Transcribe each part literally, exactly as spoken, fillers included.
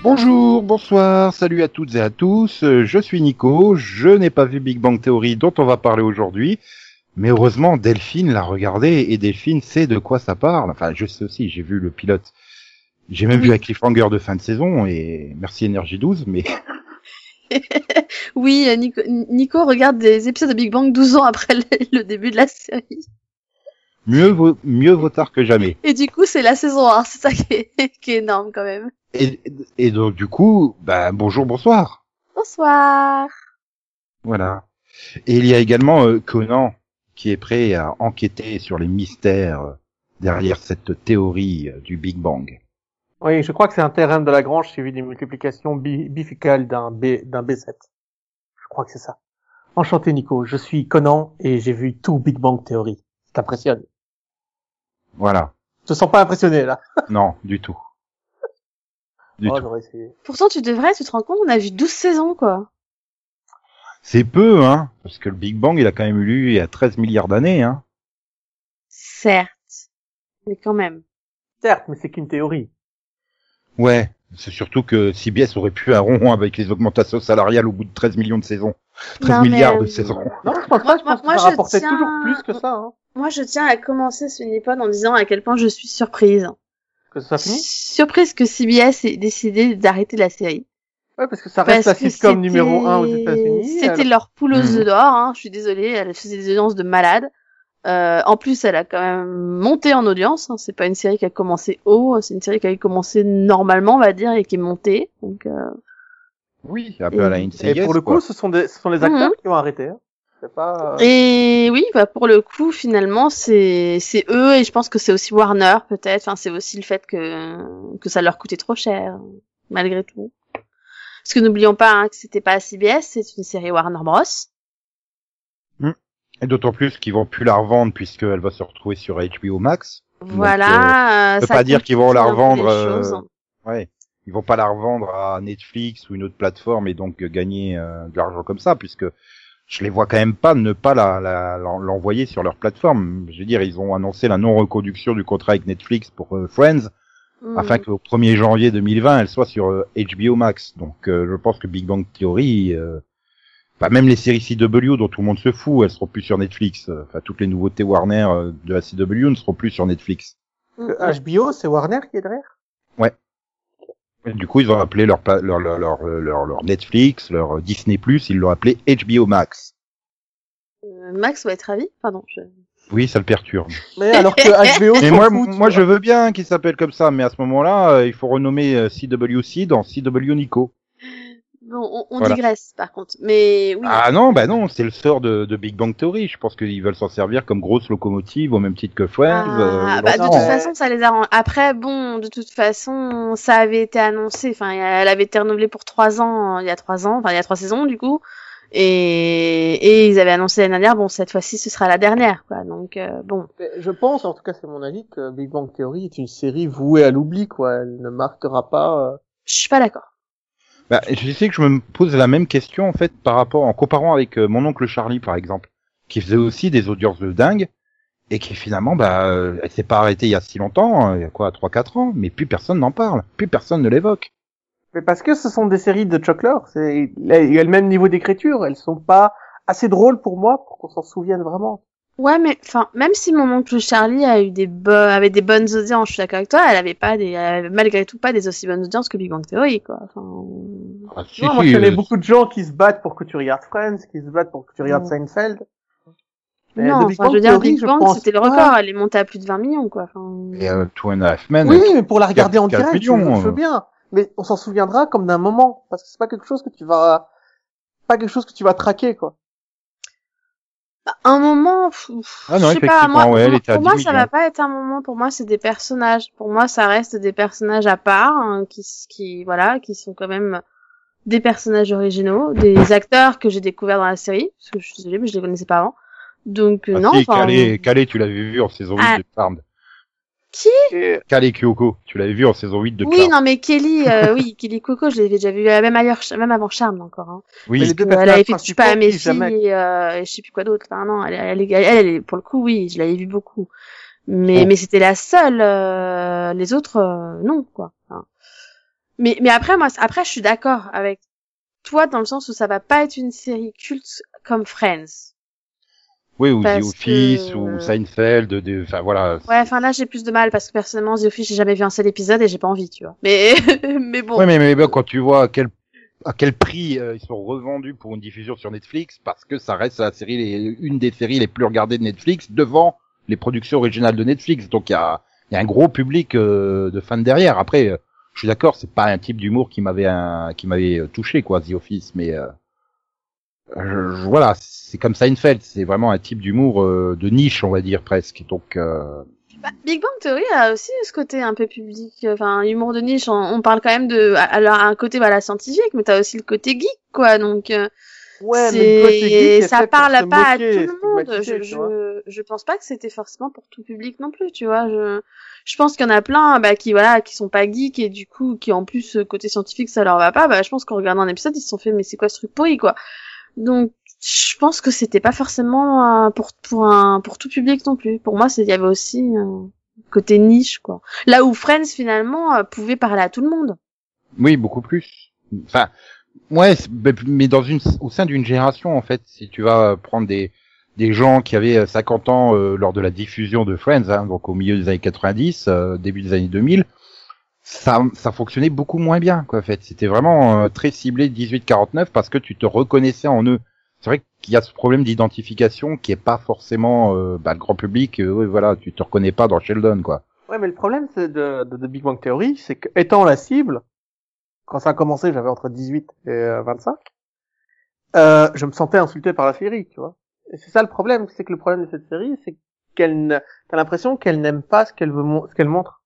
Bonjour, bonsoir, salut à toutes et à tous, je suis Nico, je n'ai pas vu Big Bang Theory dont on va parler aujourd'hui, mais heureusement Delphine l'a regardé et Delphine sait de quoi ça parle, enfin je sais aussi, j'ai vu le pilote, j'ai même oui. vu la cliffhanger de fin de saison et merci Énergie douze, mais... oui, Nico, Nico regarde des épisodes de Big Bang douze ans après le, le début de la série. Mieux vaut, mieux vaut tard que jamais. Et du coup c'est la saison un, c'est ça qui est, qui est énorme quand même. Et, et donc du coup, bah bonjour, bonsoir. Bonsoir. Voilà. Et il y a également euh, Conan qui est prêt à enquêter sur les mystères derrière cette théorie euh, du Big Bang. Oui, je crois que c'est un théorème de Lagrange suivi des multiplications bi- bifocales d'un B, d'un B sept. Je crois que c'est ça. Enchanté Nico, je suis Conan et j'ai vu tout Big Bang Theory. Ça t'impressionne? Voilà. Je te sens pas impressionné là. Non, du tout. Du oh, tout. j'aurais essayé. Pourtant tu devrais, tu te rends compte, on a vu douze saisons quoi. C'est peu, hein, parce que le Big Bang, il a quand même eu lieu il y a treize milliards d'années, hein. Certes, mais quand même. Certes, mais c'est qu'une théorie. Ouais, c'est surtout que C B S aurait pu un rond avec les augmentations salariales au bout de treize millions de saisons. treize Non, milliards mais... de saisons. Non, je pense pas, je pense moi, que ça je rapportait tiens... toujours plus que ça. Hein. Moi, je tiens à commencer ce Nipon en disant à quel point je suis surprise. Que ça finit Surprise que C B S ait décidé d'arrêter la série. Ouais, parce que ça reste parce la sitcom numéro un aux États-Unis. C'était elle... leur poule aux mmh. œufs d'or, hein, je suis désolée, elle faisait des audiences de malade. Euh, en plus, elle a quand même monté en audience, hein. C'est pas une série qui a commencé haut, c'est une série qui a commencé normalement, on va dire, et qui est montée. Donc, euh... Oui, un peu à la N C I S. Et pour le coup, quoi. ce sont des, ce sont les acteurs mmh. qui ont arrêté. Hein. C'est pas. Et oui, bah pour le coup, finalement, c'est c'est eux, et je pense que c'est aussi Warner peut-être. Enfin, c'est aussi le fait que que ça leur coûtait trop cher, malgré tout. Parce que n'oublions pas hein, que c'était pas C B S, c'est une série Warner Bros. Mmh. Et d'autant plus qu'ils vont plus la revendre puisqu'elle va se retrouver sur H B O Max. Voilà. Donc, euh, on peut ça pas dire qu'ils vont la revendre. Euh... Ouais. Ils vont pas la revendre à Netflix ou une autre plateforme et donc euh, gagner euh, de l'argent comme ça, puisque je les vois quand même pas ne pas la, la, l'envoyer sur leur plateforme. Je veux dire, ils ont annoncé la non-reconduction du contrat avec Netflix pour euh, Friends, mmh. afin qu'au premier janvier deux mille vingt, elle soit sur euh, H B O Max. Donc, euh, je pense que Big Bang Theory, euh, enfin même les séries C W dont tout le monde se fout, elles seront plus sur Netflix. Enfin, toutes les nouveautés Warner euh, de la C W ne seront plus sur Netflix. Mmh. H B O, c'est Warner qui est derrière? Ouais. Et du coup, ils ont appelé leur, leur, leur, leur, leur, leur Netflix, leur Disney+, ils l'ont appelé H B O Max. Euh, Max va être ravi? Pardon, je... Oui, ça le perturbe. Mais alors que H B O... Mais moi, fout, moi je veux bien qu'il s'appelle comme ça, mais à ce moment-là, euh, il faut renommer C W C dans C W Nico. Bon, on, on voilà. digresse, par contre. Mais oui. Ah non, bah non, c'est le sort de, de Big Bang Theory. Je pense qu'ils veulent s'en servir comme grosse locomotive au même titre que Friends. Ah, euh, bah, de toute façon, ça les arrange. Après, bon, de toute façon, ça avait été annoncé. Enfin, elle avait été renouvelée pour trois ans, il y a trois ans. Enfin, il y a trois saisons, du coup. Et, et ils avaient annoncé l'année dernière, bon, cette fois-ci, ce sera la dernière, quoi. Donc, euh, bon. Je pense, en tout cas, c'est mon avis, que Big Bang Theory est une série vouée à l'oubli, quoi. Elle ne marquera pas... Euh... Je suis pas d'accord. Bah, je sais que je me pose la même question en fait par rapport en comparant avec euh, mon oncle Charlie par exemple, qui faisait aussi des audiences de dingue et qui finalement bah euh, elle s'est pas arrêtée il y a si longtemps, hein, il y a quoi trois quatre ans, mais plus personne n'en parle, plus personne ne l'évoque. Mais parce que ce sont des séries de Chuck Lorre, c'est il y a le même niveau d'écriture, elles sont pas assez drôles pour moi pour qu'on s'en souvienne vraiment. Ouais, mais enfin, même si mon oncle Charlie a eu des bo- avait des bonnes audiences, je suis d'accord avec toi, elle avait pas des, elle avait malgré tout pas des aussi bonnes audiences que Big Bang Theory, quoi. Enfin. Ah, si, non, si, moi je connais euh... beaucoup de gens qui se battent pour que tu regardes Friends, qui se battent pour que tu regardes mmh. Seinfeld. Mais non, enfin, je veux dire, Theory, Big Bang, c'était le record, pas... elle est montée à plus de vingt millions, quoi. Enfin... Et euh, Two and a Half Men. Oui, mais pour la regarder en direct, millions, je veux bien. Mais on s'en souviendra comme d'un moment, parce que c'est pas quelque chose que tu vas, pas quelque chose que tu vas traquer, quoi. Un moment, pff, ah non, je sais pas, moi, ouais, pour, pour moi, millions. ça va pas être un moment. Pour moi, c'est des personnages. Pour moi, ça reste des personnages à part, hein, qui, qui, voilà, qui sont quand même des personnages originaux, des acteurs que j'ai découverts dans la série, parce que je suis désolée, mais je les connaissais pas avant. Donc euh, ah, non. Si, enfin, Calais, Calais, tu l'avais vu en saison ah. huit de Charmed. Qui? Calais Kyoko, tu l'avais vu en saison huit de Charmed. Oui, non, mais Kelly, euh, oui, Kelly Coco, je l'avais déjà vu, euh, même ailleurs, même avant Charmed encore. Hein. Oui. Parce que, elle avait fait Tu pas à mes filles et, euh, et je sais plus quoi d'autre. Enfin, non, elle, elle, elle, elle, elle, pour le coup, oui, je l'avais vu beaucoup. Mais, oh. mais c'était la seule. Euh, les autres, euh, non, quoi. Enfin, Mais, mais après, moi, après, je suis d'accord avec toi dans le sens où ça va pas être une série culte comme Friends. Oui, ou The Parce Office, que- ou Seinfeld, de, enfin voilà. Ouais, enfin là, j'ai plus de mal parce que personnellement, The Office, j'ai jamais vu un seul épisode et j'ai pas envie, tu vois. Mais, mais bon. Ouais, mais, mais, mais quand tu vois à quel, à quel prix euh, ils sont revendus pour une diffusion sur Netflix, parce que ça reste la série, les, une des séries les plus regardées de Netflix devant les productions originales de Netflix. Donc il y a, il y a un gros public euh, de fans derrière. Après, euh, je suis d'accord, c'est pas un type d'humour qui m'avait, un, qui m'avait euh, touché, quoi, The Office, mais euh, je, je, voilà, c'est comme Seinfeld, c'est vraiment un type d'humour euh, de niche, on va dire presque. Donc euh, Bah, Big Bang Theory a aussi ce côté un peu public, enfin humour de niche. On, on parle quand même de, alors un côté voilà scientifique, mais t'as aussi le côté geek, quoi. Donc euh, Ouais, c'est, mais le côté geek est ça fait pour parle se pas à moquer, tout le monde. stigmatiser, Je, tu vois. je, je pense pas que c'était forcément pour tout public non plus, tu vois. Je, je pense qu'il y en a plein, bah qui voilà, qui sont pas geeks et du coup qui en plus côté scientifique ça leur va pas. Bah je pense qu'en regardant un épisode ils se sont fait mais c'est quoi ce truc pourri, quoi. Donc je pense que c'était pas forcément euh, pour pour un pour tout public non plus. Pour moi, c'est il y avait aussi un côté niche, quoi. Là où Friends finalement euh, pouvait parler à tout le monde. oui, beaucoup plus. Enfin, ouais, c'est- mais dans une, au sein d'une génération en fait, si tu vas prendre des des gens qui avaient cinquante ans euh, lors de la diffusion de Friends, hein, donc au milieu des années quatre-vingt-dix, euh, début des années deux mille, ça ça fonctionnait beaucoup moins bien, quoi. En fait, c'était vraiment euh, très ciblé dix-huit quarante-neuf parce que tu te reconnaissais en eux. C'est vrai qu'il y a ce problème d'identification qui est pas forcément euh, bah, le grand public. Euh, ouais, voilà, tu te reconnais pas dans Sheldon, quoi. Ouais, mais le problème c'est de, de, de Big Bang Theory, c'est que étant la cible, quand ça a commencé, j'avais entre dix-huit et euh, vingt-cinq, euh, je me sentais insulté par la série, tu vois. Et c'est ça le problème, c'est que le problème de cette série, c'est qu'elle, ne- t'as l'impression qu'elle n'aime pas ce qu'elle veut, mon- ce qu'elle montre.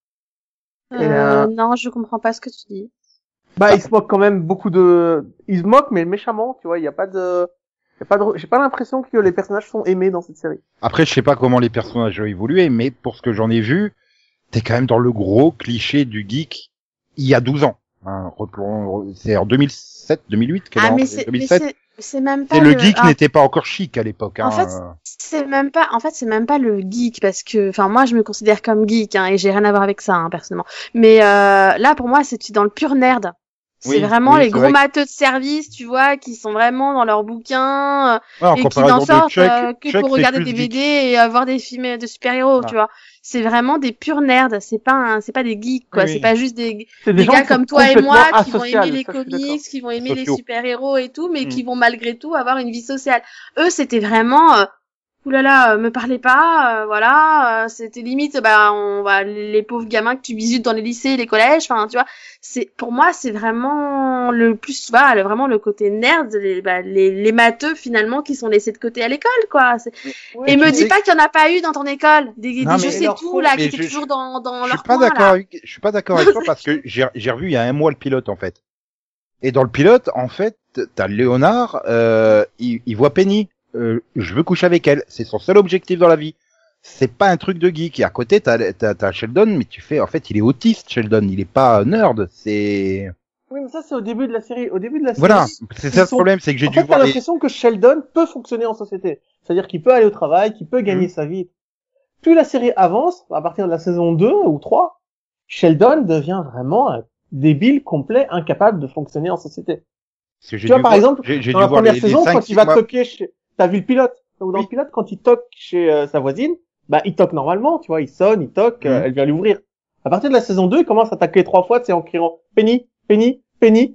Et, Euh, euh, non, je comprends pas ce que tu dis. Bah, il se moque quand même beaucoup de, il se moque, mais méchamment, tu vois. Il y a pas de, il y a pas de, j'ai pas l'impression que les personnages sont aimés dans cette série. Après, je sais pas comment les personnages ont évolué, mais pour ce que j'en ai vu, t'es quand même dans le gros cliché du geek il y a douze ans. Hein, replong- c'est en deux mille sept, deux mille huit qu'elle Ah est mais rentrée, c'est mais deux mille sept. c'est c'est même pas Et le geek ah, n'était pas encore chic à l'époque. Hein. en fait, c'est même pas, en fait, c'est même pas le geek parce que, enfin, moi, je me considère comme geek, hein, et j'ai rien à voir avec ça, hein, personnellement. Mais euh, là, pour moi, c'est dans le pur nerd. C'est Oui, vraiment oui, les c'est gros vrai que- matheux de service, tu vois, qui sont vraiment dans leurs bouquins euh, Ouais, en et qui comparaison n'en de sortent Chuck, euh, que Chuck, pour c'est regarder plus des geek. B D et avoir des films de super-héros, Ah. tu vois. C'est vraiment des purs nerds. C'est pas, un, c'est pas des geeks, quoi. Oui, C'est oui. pas juste des C'est des gens gars qui sont comme toi et complètement moi qui vont asociales, aimer les ça, je suis d'accord. comics, qui vont aimer les Sociaux. super-héros et tout, mais Mm. qui vont malgré tout avoir une vie sociale. Eux, c'était vraiment, euh, oulala, euh, me parlez pas, euh, voilà, euh, c'était limite, bah, on va les pauvres gamins que tu visites dans les lycées, les collèges, enfin, tu vois, c'est pour moi, c'est vraiment le plus, bah, le, vraiment le côté nerd, les, bah, les, les matheux finalement qui sont laissés de côté à l'école, quoi. C'est- Ouais, Et tu me sais- dis pas qu'il y en a pas eu dans ton école, des, Non, des je mais sais leur tout font- là, mais qui étaient je- toujours dans dans Je suis leur pas coin d'accord là. avec, je suis pas d'accord avec toi parce que j'ai, j'ai revu il y a un mois le pilote en fait. Et dans le pilote, en fait, t'as Léonard, euh, il, il voit Penny. Euh, je veux coucher avec elle. C'est son seul objectif dans la vie. C'est pas un truc de geek. Et à côté, t'as, t'as, t'as Sheldon, mais tu fais, en fait, il est autiste, Sheldon. Il est pas nerd. C'est, Oui, mais ça, c'est au début de la série. Au début de la série. voilà. C'est ça ils le sont- problème, c'est que j'ai En dû fait, t'as voir les... l'impression que Sheldon peut fonctionner en société. C'est-à-dire qu'il peut aller au travail, qu'il peut gagner Mhm. sa vie. Plus la série avance, à partir de la saison deux ou trois, Sheldon devient vraiment un débile complet, incapable de fonctionner en société. Parce que j'ai Tu vois, dû par voir- exemple, j'ai, j'ai Dans dû la voir première les, saison, les cinq, quand six il va mois. toquer chez... T'as vu le pilote? Donc, dans Oui. le pilote, quand il toque chez euh, sa voisine, bah, il toque normalement, tu vois, il sonne, il toque, euh, Mhm. elle vient lui ouvrir. À partir de la saison deux, il commence à attaquer trois fois, c'est en criant Penny, Penny, Penny.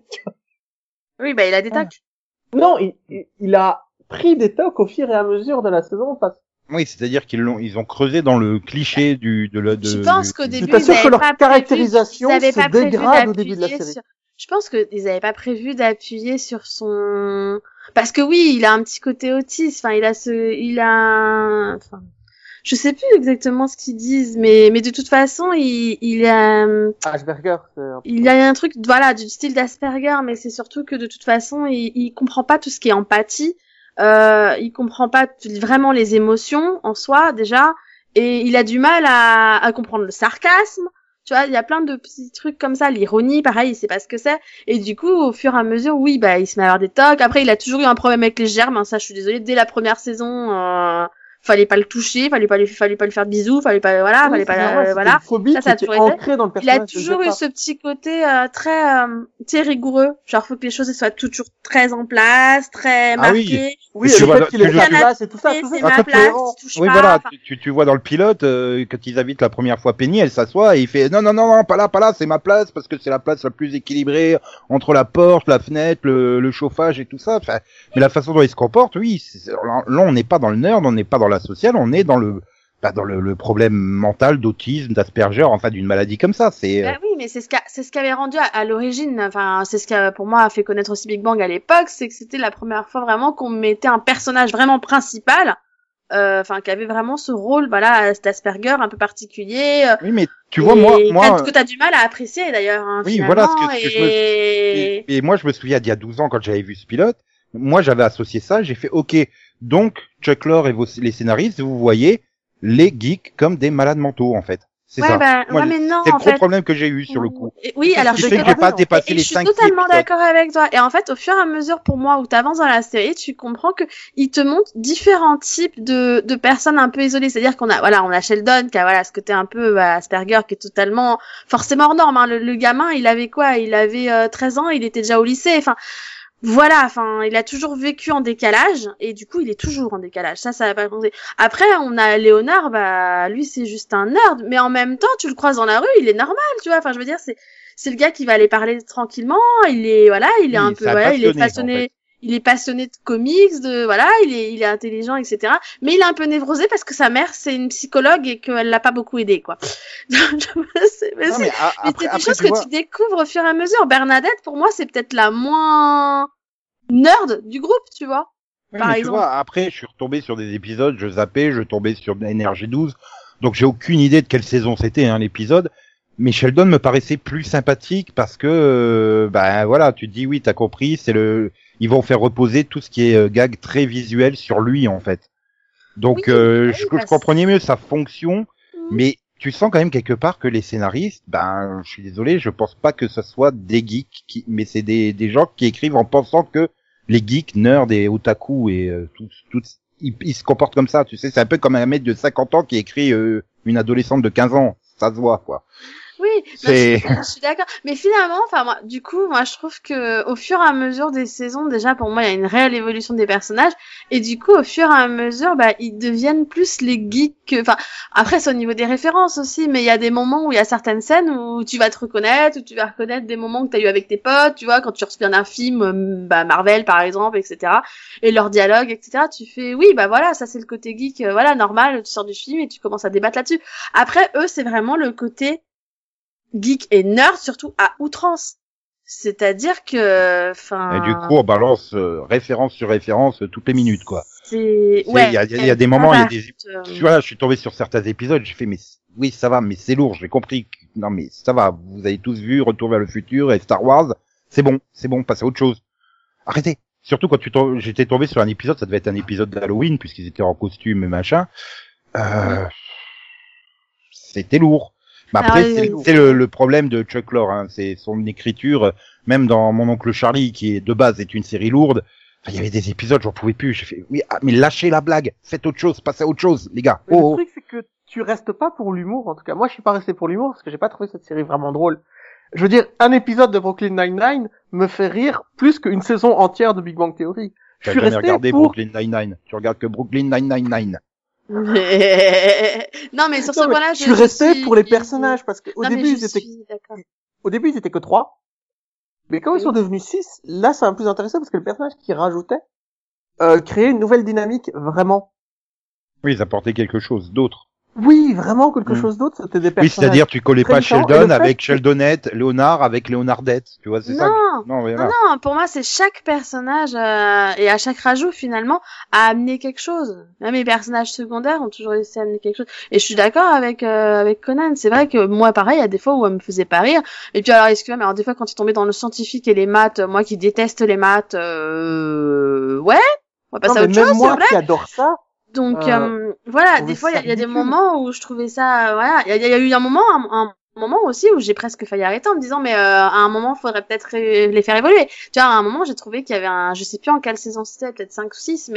Oui, bah il a des Ah. tocs. Non, il, il, il a pris des tocs au fur et à mesure de la saison. Parce... Oui, c'est-à-dire qu'ils l'ont, ils ont creusé dans le cliché du, de la, de, Je pense du- qu'au du- début, t'assure ils que avaient leur pas caractérisation prévu, ils avaient se pas prévu dégrade au début de la d'appuyer série. sur- Je pense qu'ils avaient pas prévu d'appuyer sur son, parce que oui, il a un petit côté autiste. Enfin, il a ce, il a, un- enfin, je sais plus exactement ce qu'ils disent, mais mais de toute façon, il il a, Asperger, c'est un peu- il y a un truc, voilà, du style d'Asperger, mais c'est surtout que de toute façon, il, il comprend pas tout ce qui est empathie. Euh, il comprend pas t- vraiment les émotions en soi déjà, et il a du mal à, à comprendre le sarcasme. Tu vois, il y a plein de petits trucs comme ça. L'ironie, pareil, il sait pas ce que c'est. Et du coup, au fur et à mesure, oui, bah, il se met à avoir des tocs. Après, il a toujours eu un problème avec les germes. Hein, ça, je suis désolée. Dès la première saison, euh... fallait pas le toucher, fallait pas lui, fallait pas lui faire de bisous, fallait pas, voilà, Oui, fallait pas, vrai, euh, voilà. Une phobie Ça, ça a qui était toujours été. ancrée dans le Il a personnage. toujours eu ce petit côté euh, très, euh, tu sais, rigoureux. Genre, faut que les choses soient toujours très en place, très Ah marquées. Oui, Tu et le vois, fait qu'il tu ait le- sa place et tout ça, tout ça, C'est Ah, ma quand place, cohérent. tu touches Oui, pas. voilà, Enfin, tu, tu, tu vois dans le pilote, euh, quand ils invitent la première fois Penny, elle s'assoit et il fait non, non, non, non, pas là, pas là, c'est ma place, parce que c'est la place la plus équilibrée entre la porte, la fenêtre, le, le chauffage et tout ça. Enfin, mais la façon dont il se comporte, oui, c'est- là, on n'est pas dans le nerd, on n'est pas dans la sociale, on est dans le, bah, dans le, le problème mental d'autisme, d'Asperger, enfin d'une maladie comme ça. C'est, euh, bah oui, mais c'est ce qu'a, c'est ce qu'avait rendu à, à l'origine, enfin, c'est ce qui a, pour moi, a fait connaître aussi Big Bang à l'époque, c'est que c'était la première fois vraiment qu'on mettait un personnage vraiment principal, euh, enfin, qui avait vraiment ce rôle, voilà, cet Asperger un peu particulier, euh, oui, mais tu vois, moi, et moi, que t'as du mal à apprécier d'ailleurs, hein, oui, finalement, voilà ce que, ce que je me et... Et, et moi, je me souviens d'il y a douze ans, quand j'avais vu ce pilote, moi, j'avais associé ça, j'ai fait, ok, donc, Chuck Lorre et vos, les scénaristes, vous voyez les geeks comme des malades mentaux, en fait. C'est Ouais, ça. bah, Moi, ouais, mais non, c'est le en gros fait. problème que j'ai eu sur le coup. Et- Oui, C'est alors Qui je fait te que j'ai pas en fait. dépassé Et, et les je suis cinq totalement épisodes. d'accord avec toi. Et en fait, au fur et à mesure, pour moi, où t'avances dans la série, tu comprends que il te montre différents types de, de personnes un peu isolées. C'est-à-dire qu'on a, voilà, on a Sheldon qui a, voilà, ce côté un peu bah, Asperger qui est totalement, forcément hors norme. Hein. Le, le gamin, il avait quoi? Il avait euh, treize ans, il était déjà au lycée. Enfin, voilà. Enfin, il a toujours vécu en décalage et du coup, il est toujours en décalage. Ça, ça va pas compter. Après, on a Léonard. Bah, lui, c'est juste un nerd. Mais en même temps, tu le croises dans la rue, il est normal, tu vois. Enfin, je veux dire, c'est c'est le gars qui va aller parler tranquillement, il est voilà, il est Oui, un peu c'est un voilà, il est passionné, en passionné, fait. il est passionné de comics, de voilà, il est il est intelligent, et cetera. Mais il est un peu névrosé parce que sa mère c'est une psychologue et qu'elle l'a pas beaucoup aidé quoi. c'est mais Non, c'est mais a- mais après, c'est des après, choses tu que vois, tu découvres au fur et à mesure. Bernadette pour moi c'est peut-être la moins nerd du groupe, tu vois. oui, Par mais tu exemple. vois, après, je suis retombé sur des épisodes, je zappais, je tombais sur N R G douze, donc j'ai aucune idée de quelle saison c'était, hein, l'épisode. Mais Sheldon me paraissait plus sympathique parce que, euh, ben voilà, tu te dis oui, t'as compris, c'est le, ils vont faire reposer tout ce qui est euh, gag très visuel sur lui en fait. Donc, Oui, euh, oui, je, bah, je comprenais mieux sa fonction, c'est- mais tu sens quand même quelque part que les scénaristes, ben, je suis désolé, je pense pas que ce soit des geeks, qui, mais c'est des, des gens qui écrivent en pensant que les geeks, nerds et otaku et euh, tout, tout, ils, ils se comportent comme ça, tu sais, c'est un peu comme un mec de cinquante ans qui écrit euh, une adolescente de quinze ans, ça se voit quoi. Oui, non, je, C'est- suis- je suis d'accord. Mais finalement, enfin moi, du coup, moi je trouve que au fur et à mesure des saisons, déjà pour moi, il y a une réelle évolution des personnages, et du coup, au fur et à mesure, bah ils deviennent plus les geeks. que- Enfin, après c'est au niveau des références aussi, mais il y a des moments où il y a certaines scènes où tu vas te reconnaître, où tu vas reconnaître des moments que t'as eu avec tes potes, tu vois, quand tu reviens d'un film, euh, bah Marvel par exemple, et cetera. Et leurs dialogues, et cetera. Tu fais, oui, bah voilà, ça c'est le côté geek, euh, voilà, normal. Tu sors du film et tu commences à débattre là-dessus. Après, eux, c'est vraiment le côté geek et nerd, surtout à outrance. C'est-à-dire que, enfin... Et du coup, on balance euh, référence sur référence euh, toutes les minutes, quoi. C'est... C'est- Ouais. Il y a, il y a des moments, il y a des... Euh, Tu vois, je suis tombé sur certains épisodes, j'ai fait, mais oui, ça va, mais c'est lourd, j'ai compris. que- Non, mais ça va, vous avez tous vu Retour vers le futur et Star Wars, c'est bon, c'est bon, passez à autre chose. Arrêtez. Surtout quand tu tombes, j'étais tombé sur un épisode, ça devait être un épisode d'Halloween, puisqu'ils étaient en costume et machin. Euh... C'était lourd. Mais après, Alors, c'est euh, c'est le, le problème de Chuck Lorre, hein. C'est son écriture, même dans Mon oncle Charlie, qui est de base est une série lourde. Enfin, il y avait des épisodes, j'en pouvais plus. J'ai fait, oui, ah, mais lâchez la blague, faites autre chose, passez à autre chose, les gars. Mais Oh, le truc, c'est que tu restes pas pour l'humour, en tout cas. Moi, je suis pas resté pour l'humour, parce que j'ai pas trouvé cette série vraiment drôle. Je veux dire, un épisode de Brooklyn Nine-Nine me fait rire plus qu'une saison entière de Big Bang Theory. Je t'as suis jamais resté regardé pour... Brooklyn Nine-Nine. Tu regardes que Brooklyn Nine-Nine-Nine. mais- non, mais sur ce Non, mais point-là, je suis resté pour les personnages, parce qu'au Non, mais début, je ils étaient, suis d'accord. au début, ils étaient que trois. Mais quand ils Oui. sont devenus six, là, c'est un peu plus intéressant parce que le personnage qui rajoutait, euh, créait une nouvelle dynamique, vraiment. Oui, ils apportaient quelque chose d'autre. Oui, vraiment quelque Mm. chose d'autre, c'était des Oui, personnages. c'est-à-dire, tu collais très pas différents, et Sheldon le fait avec que- Sheldonette, Léonard avec Léonardette. Tu vois, c'est ça. Non. que- Non, voilà. Non, non, pour moi, c'est chaque personnage, euh, et à chaque rajout, finalement, a amené quelque chose. Même les personnages secondaires ont toujours essayé d'amener quelque chose. Et je suis d'accord avec, euh, avec Conan. C'est vrai que moi, pareil, il y a des fois où elle me faisait pas rire. Et puis alors, excuse-moi, mais alors des fois, quand tu tombais dans le scientifique et les maths, euh, moi qui déteste les maths, euh, ouais, on va passer Non, à mais autre même chose, moi c'est vrai. qui adore ça, Donc, Euh, euh, voilà, trouvais des fois, il y a, ça il y a des ridicule. moments où je trouvais ça, euh, voilà, il y a, il y a eu un moment, un, un moment aussi où j'ai presque failli arrêter en me disant, mais euh, à un moment, faudrait peut-être ré- les faire évoluer. Tu vois, à un moment, j'ai trouvé qu'il y avait un, je sais plus en quelle saison c'était, peut-être cinq ou six, mais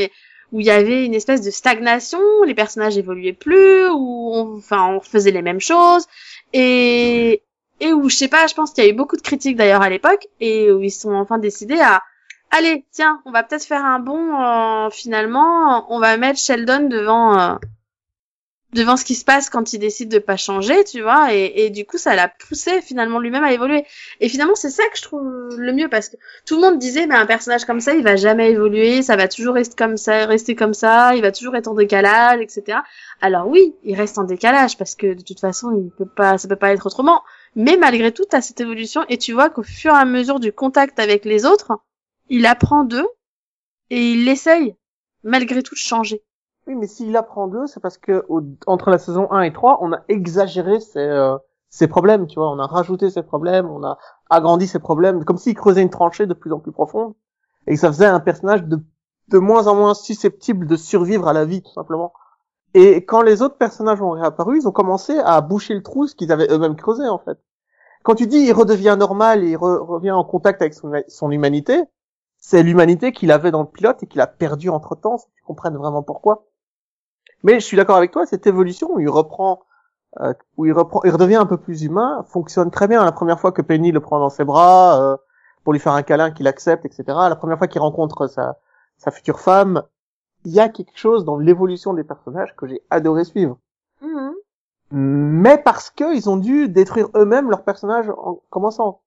où il y avait une espèce de stagnation, les personnages évoluaient plus, où on, enfin on faisait les mêmes choses et et où je sais pas, je pense qu'il y a eu beaucoup de critiques d'ailleurs à l'époque et où ils sont enfin décidés à allez, tiens, on va peut-être faire un bond euh, finalement, on va mettre Sheldon devant euh, devant ce qui se passe quand il décide de pas changer, tu vois, et, et du coup ça l'a poussé finalement lui-même à évoluer. Et finalement c'est ça que je trouve le mieux parce que tout le monde disait mais un personnage comme ça il va jamais évoluer, ça va toujours rester comme ça, rester comme ça, il va toujours être en décalage, et cetera. Alors oui, il reste en décalage parce que de toute façon il peut pas, ça peut pas être autrement. Mais malgré tout t'as cette évolution et tu vois qu'au fur et à mesure du contact avec les autres, il apprend d'eux et il essaye malgré tout de changer. Oui, mais s'il apprend d'eux, c'est parce que au, entre la saison un et trois, on a exagéré ses, euh, ses problèmes, tu vois. On a rajouté ses problèmes, on a agrandi ses problèmes, comme s'il creusait une tranchée de plus en plus profonde, et que ça faisait un personnage de, de moins en moins susceptible de survivre à la vie, tout simplement. Et quand les autres personnages ont réapparu, ils ont commencé à boucher le trou, ce qu'ils avaient eux-mêmes creusé, en fait. Quand tu dis il redevient normal et il re, revient en contact avec son, son humanité, c'est l'humanité qu'il avait dans le pilote et qu'il a perdu entre-temps, si tu comprennes vraiment pourquoi. Mais je suis d'accord avec toi, cette évolution où il reprend, euh, où il reprend, il redevient un peu plus humain, fonctionne très bien. La première fois que Penny le prend dans ses bras euh, pour lui faire un câlin qu'il accepte, et cetera. La première fois qu'il rencontre sa, sa future femme, il y a quelque chose dans l'évolution des personnages que j'ai adoré suivre. Mmh. Mais parce que ils ont dû détruire eux-mêmes leurs personnages en commençant.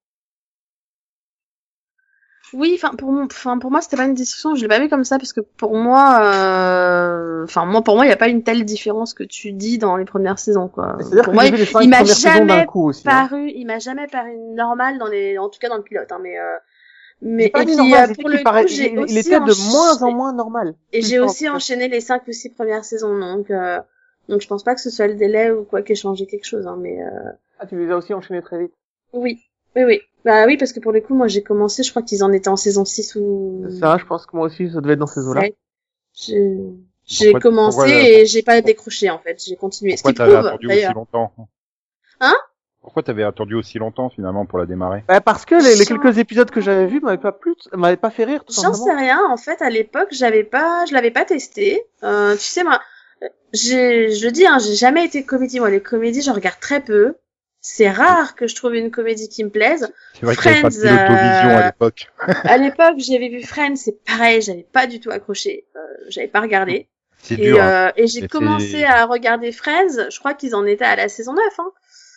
Oui, enfin pour mon, enfin pour moi c'était pas une discussion, je l'ai pas vu comme ça parce que pour moi, enfin euh, moi pour moi il y a pas une telle différence que tu dis dans les premières saisons quoi. C'est-à-dire pour que moi j'ai vu les cinq il m'a premières saisons d'un jamais coup aussi, paru, hein. il m'a jamais paru normal dans les, en tout cas dans le pilote, hein, mais euh, mais J'ai pas et dit puis normal, euh, j'ai pour dit le qu'il paraît- coup j'ai il, aussi il était de encha- moins en moins normal. et Plus j'ai le temps aussi passait. enchaîné les cinq ou six premières saisons donc euh, donc je pense pas que ce soit le délai ou quoi qui ait changé quelque chose, hein, mais euh, Ah, tu les as aussi enchaînés très vite. oui. Oui, oui. Bah oui, parce que pour le coup, moi, j'ai commencé, je crois qu'ils en étaient en saison six ou... Ça, je pense que moi aussi, ça devait être dans ces eaux-là. sept. J'ai, j'ai Pourquoi- commencé pourquoi- et j'ai pas décroché, en fait. J'ai continué. Ce Pourquoi qui t'avais prouve, attendu aussi d'ailleurs. longtemps? Hein? Pourquoi t'avais attendu aussi longtemps finalement pour la démarrer? Bah, parce que les, les J'en- quelques épisodes que j'avais vus m'avaient pas plu, m'avaient pas fait rire, tout J'en sais simplement. rien. En fait, à l'époque, j'avais pas, je l'avais pas testé. Euh, tu sais, moi, j'ai, je le dis, hein, j'ai jamais été comédie. Moi, les comédies, je regarde très peu. C'est rare que je trouve une comédie qui me plaise. C'est vrai qu'il n'y avait pas de Friends, pilotovision euh, à l'époque. À l'époque, j'avais vu Friends, c'est pareil, j'avais pas du tout accroché. Euh, j'avais pas regardé. C'est Et, dur. hein. euh, et j'ai Et commencé c'est- à regarder Friends, je crois qu'ils en étaient à la saison neuf. Hein.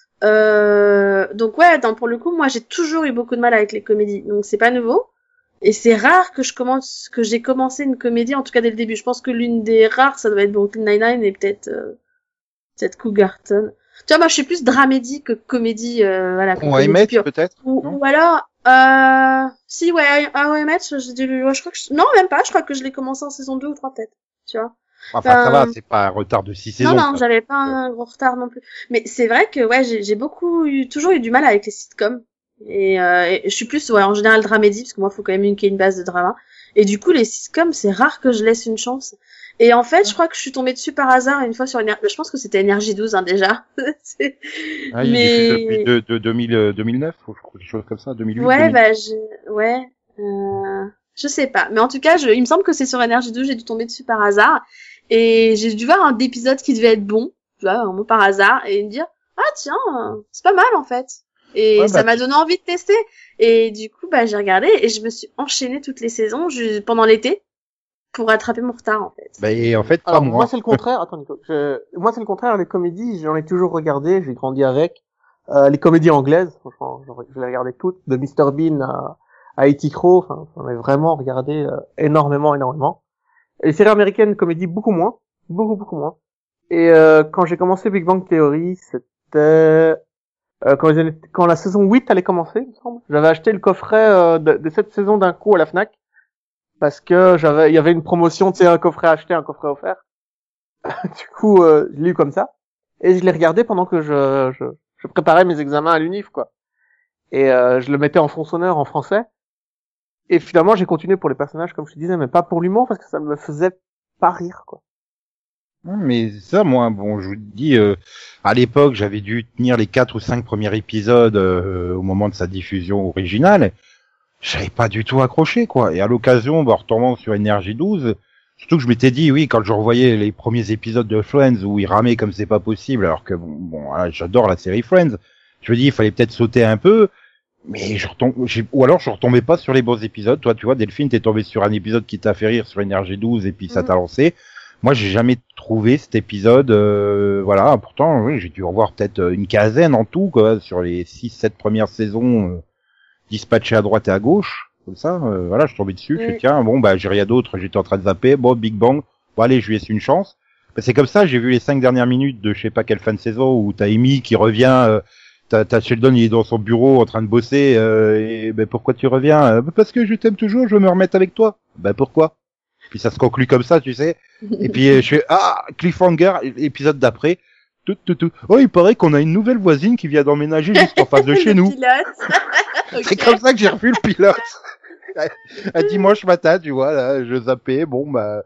Euh, donc ouais, dans, pour le coup, moi j'ai toujours eu beaucoup de mal avec les comédies, donc c'est pas nouveau. Et c'est rare que je commence, que j'ai commencé une comédie, en tout cas dès le début. Je pense que l'une des rares, ça doit être Brooklyn Nine-Nine et peut-être euh, peut-être Cougarton. Tu vois, moi je suis plus dramédie que comédie, euh, voilà. que Ou comédie Emmett pure. peut-être? Ou, Non ou alors, euh, si ouais, ah ouais, Emmett, j'ai dû, ouais, je crois que je... non même pas, je crois que je l'ai commencé en saison deux ou trois peut-être, tu vois. Enfin, ça va, Euh, c'est pas un retard de six saisons. Non, non, ça. j'avais pas un gros retard non plus. Mais c'est vrai que ouais, j'ai, j'ai beaucoup eu, toujours eu du mal avec les sitcoms. Et, euh, et je suis plus ouais, en général dramédie parce que moi, il faut quand même une, qu'il y ait une base de drama. Et du coup, les sitcoms, c'est rare que je laisse une chance. Et en fait, je crois que je suis tombée dessus par hasard une fois sur Éner- je pense que c'était Énergie douze hein, déjà. C'est- Ah, il mais est diffusé depuis de, de deux mille, euh, deux mille neuf, ou quelque chose comme ça, deux mille huit. ouais, deux mille. bah je ouais, euh... je sais pas. Mais en tout cas, je... il me semble que c'est sur Énergie douze, j'ai dû tomber dessus par hasard. Et j'ai dû voir un épisode qui devait être bon, tu vois, vraiment par hasard, et me dire, ah tiens, euh, c'est pas mal en fait. Et Ouais, ça bah, m'a tu- donné envie de tester. Et du coup, bah j'ai regardé et je me suis enchaînée toutes les saisons ju- pendant l'été pour rattraper mon retard en fait. Bah, et en fait, pas Alors, moi. moi, c'est le contraire. Attends, Nico. Je... Moi, c'est le contraire. Les comédies, j'en ai toujours regardé. J'ai grandi avec. Euh, les comédies anglaises, franchement, j'en- je les regardais toutes. De mister Bean à, à E T Crow. Enfin, j'en ai vraiment regardé euh, énormément, énormément. Et les séries américaines, comédies, beaucoup moins. Beaucoup, beaucoup moins. Et euh, quand j'ai commencé Big Bang Theory, c'était... Euh, quand, les années- quand la saison huit allait commencer, il me semble. J'avais acheté le coffret euh, de, de cette saison d'un coup à la Fnac. Parce que j'avais, il y avait une promotion, tu sais, un coffret acheté, un coffret offert. Du coup, euh, je l'ai eu comme ça. Et je l'ai regardé pendant que je, je, je préparais mes examens à l'U N I F, quoi. Et euh, je le mettais en fond sonore en français. Et finalement, j'ai continué pour les personnages, comme je te disais, mais pas pour l'humour, parce que ça me faisait pas rire, quoi. Ouais, mais ça, moi, bon, je vous dis, euh, à l'époque, j'avais dû tenir les quatre ou cinq premiers épisodes euh, au moment de sa diffusion originale. J'avais pas du tout accroché, quoi. Et à l'occasion, bah, retombant sur Énergie douze, Surtout que je m'étais dit, oui, quand je revoyais les premiers épisodes de Friends où il ramait comme c'est pas possible, alors que bon, bon voilà, j'adore la série Friends, je me dis, il fallait peut-être sauter un peu, mais je retombe, j'ai, ou alors je retombais pas sur les bons épisodes. Toi, tu vois, Delphine, t'es tombé sur un épisode qui t'a fait rire sur Énergie douze et puis ça t'a lancé. Moi, j'ai jamais trouvé cet épisode, euh, voilà, pourtant, oui, j'ai dû revoir peut-être une quinzaine en tout, quoi, sur les six, sept premières saisons, euh, dispatchées à droite et à gauche. Comme ça, euh, voilà, je suis tombé dessus, Oui. je suis tiens, bon, bah, j'ai rien d'autre, j'étais en train de zapper, bon, Big Bang, bon, allez, je lui laisse une chance. Bah, c'est comme ça, j'ai vu les cinq dernières minutes de je sais pas quelle fin de saison où t'as Amy qui revient, euh, t'as, t'as Sheldon, il est dans son bureau en train de bosser, euh, et ben, pourquoi tu reviens? Euh, parce que je t'aime toujours, je veux me remettre avec toi. Ben, pourquoi? Puis ça se conclut comme ça, tu sais. Et puis, euh, je fais, ah, cliffhanger, épisode d'après, tout, tout, tout. Oh, il paraît qu'on a une nouvelle voisine qui vient d'emménager juste en face de chez Le nous. pilote. C'est Ok. comme ça que j'ai revu le pilote. Un dimanche matin, tu vois, là, je zappais, bon, bah,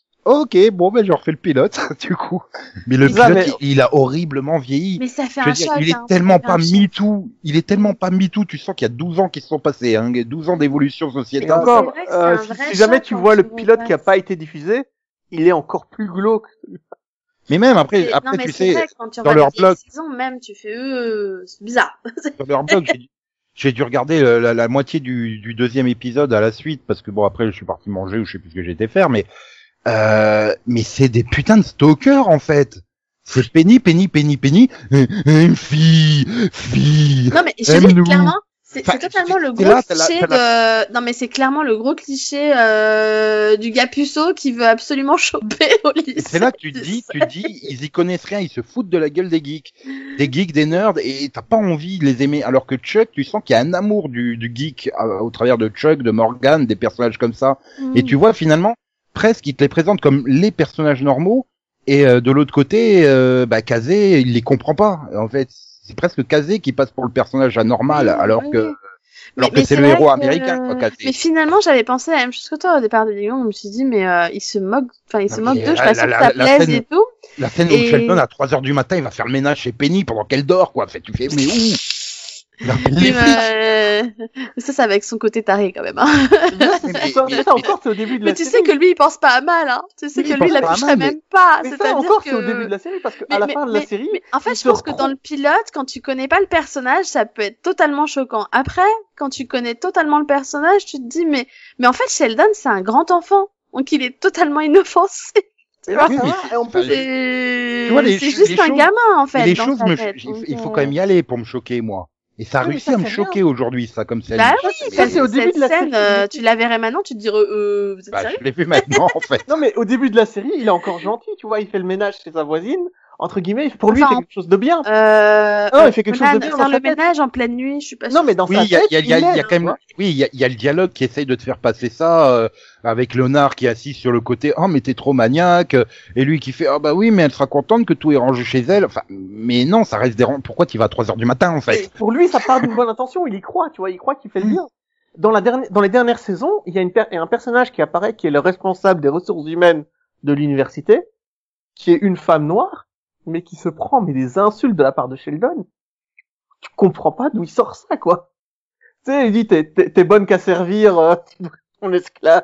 ok, bon, ben, je refais le pilote, du coup. Mais le Mais ça, pilote, mais- il, il a horriblement vieilli. Mais ça fait Je veux un dire, choc. il est hein, tellement ça fait pas un choc. MeToo, il est tellement pas MeToo, tu sens qu'il y a douze ans qui se sont passés, hein, douze ans d'évolution Et sociétale. C'est encore, vrai que c'est euh, un si, vrai si jamais choc tu quand vois tu le pilote qui a repasses. pas été diffusé, il est encore plus glauque. Mais même après, C'est- après non, mais tu c'est sais, vrai, quand tu dans regardes leur les vieilles blog, saisons, même, tu fais, euh, c'est bizarre. sur leur blog, j'ai dû, j'ai dû regarder la, la, la moitié du, du deuxième épisode à la suite, parce que bon, après, je suis parti manger ou je sais plus ce que j'étais faire, mais, euh, mais c'est des putains de stalkers, en fait. C'est Penny, Penny, Penny, Penny, euh, euh, fille, fille. Non, mais je dis Aime-nous. clairement, c'est Enfin, c'est totalement le t'es gros là, t'as la- cliché t'as de... Non, mais c'est clairement le gros cliché euh, du gars puceau qui veut absolument choper au lycée. Et c'est là que tu te dis, tu te dis, ils y connaissent rien, ils se foutent de la gueule des geeks, des geeks, des nerds, et t'as pas envie de les aimer. Alors que Chuck, tu sens qu'il y a un amour du, du geek euh, au travers de Chuck, de Morgan, des personnages comme ça. Mm. Et tu vois finalement, presque, ils te les présentent comme les personnages normaux, et euh, de l'autre côté, euh, bah Kazé, il les comprend pas. En fait, c'est presque Kazé qui passe pour le personnage anormal, Oui, alors oui, que oui. alors Mais- que mais c'est c'est le vrai héros que- américain, quoi, Kazé. Mais finalement, j'avais pensé la même chose que toi au départ de Lyon. Je me suis dit, mais euh, il se moque, enfin, il se Non, moque mais d'eux. Je suis la- pas sûre que la- ça la plaise scène- et tout. La scène Et- où Sheldon à trois heures du matin, il va faire le ménage chez Penny pendant qu'elle dort, quoi. Fait, tu fais, mais où? Non, mais les Mais, euh, ça, c'est avec son côté taré quand même. Hein. Mais- ça, mais- ça encore, c'est au début de Mais la tu série. sais que lui, il pense pas à mal. Hein. Tu sais Oui, que il lui, il pense pas à l'afficherait mal, mais- même pas. Mais ça C'est-à-dire encore, que... c'est au début de la série, parce qu'à Mais- la mais- fin de mais- la série, mais en fait, il je se pense que reprend- dans le pilote, quand tu connais pas le personnage, ça peut être totalement choquant. Après, quand tu connais totalement le personnage, tu te dis, mais, mais en fait, Sheldon, c'est un grand enfant. Donc, il est totalement inoffensif. Tu Et vois, là, ça Oui, va, et en plus, Enfin, c'est tu vois, les c'est ch- juste les un choses- gamin, en fait. Et les dans choses sa me, tête. il, Donc, il faut euh, quand même y aller pour me choquer, moi. Et ça a Oui, mais réussi ça à me fait choquer aujourd'hui, ça, comme c'est Bah Mais- oui, ça, c'est au cette début de la scène, série. euh, tu la verrais maintenant, tu te dirais, euh, vous êtes Bah, sérieux? je l'ai vu maintenant, en fait. non, mais au début de la série, il est encore gentil, tu vois, il fait le ménage chez sa voisine, entre guillemets, pour lui, il Enfin, fait quelque chose de bien. Euh, Non, il fait quelque chose de Conan, bien dans faire sa le tête. ménage en pleine nuit, je suis pas Non, sûre. mais dans Oui, sa il y a, tête, il y a, il y a, il y a aide, quand même, tu vois. oui, il y a, il y a le dialogue qui essaye de te faire passer ça, euh, avec Léonard qui est assis sur le côté, oh, mais t'es trop maniaque, et lui qui fait, ah, bah oui, mais elle sera contente que tout est rangé chez elle. Enfin, mais non, ça reste dérangeant. Pourquoi tu vas à trois heures du matin, en fait? Et pour lui, ça part d'une bonne intention, il y croit, tu vois, il croit qu'il fait le bien. Dans la dernière, dans les dernières saisons, il y a une per- il y a un personnage qui apparaît qui est le responsable des ressources humaines de l'université, qui est une femme noire, mais qui se prend mais des insultes de la part de Sheldon. Tu comprends pas d'où il sort ça, quoi. Tu sais, il dit, t'es, t'es, t'es bonne qu'à servir, euh, ton esclave.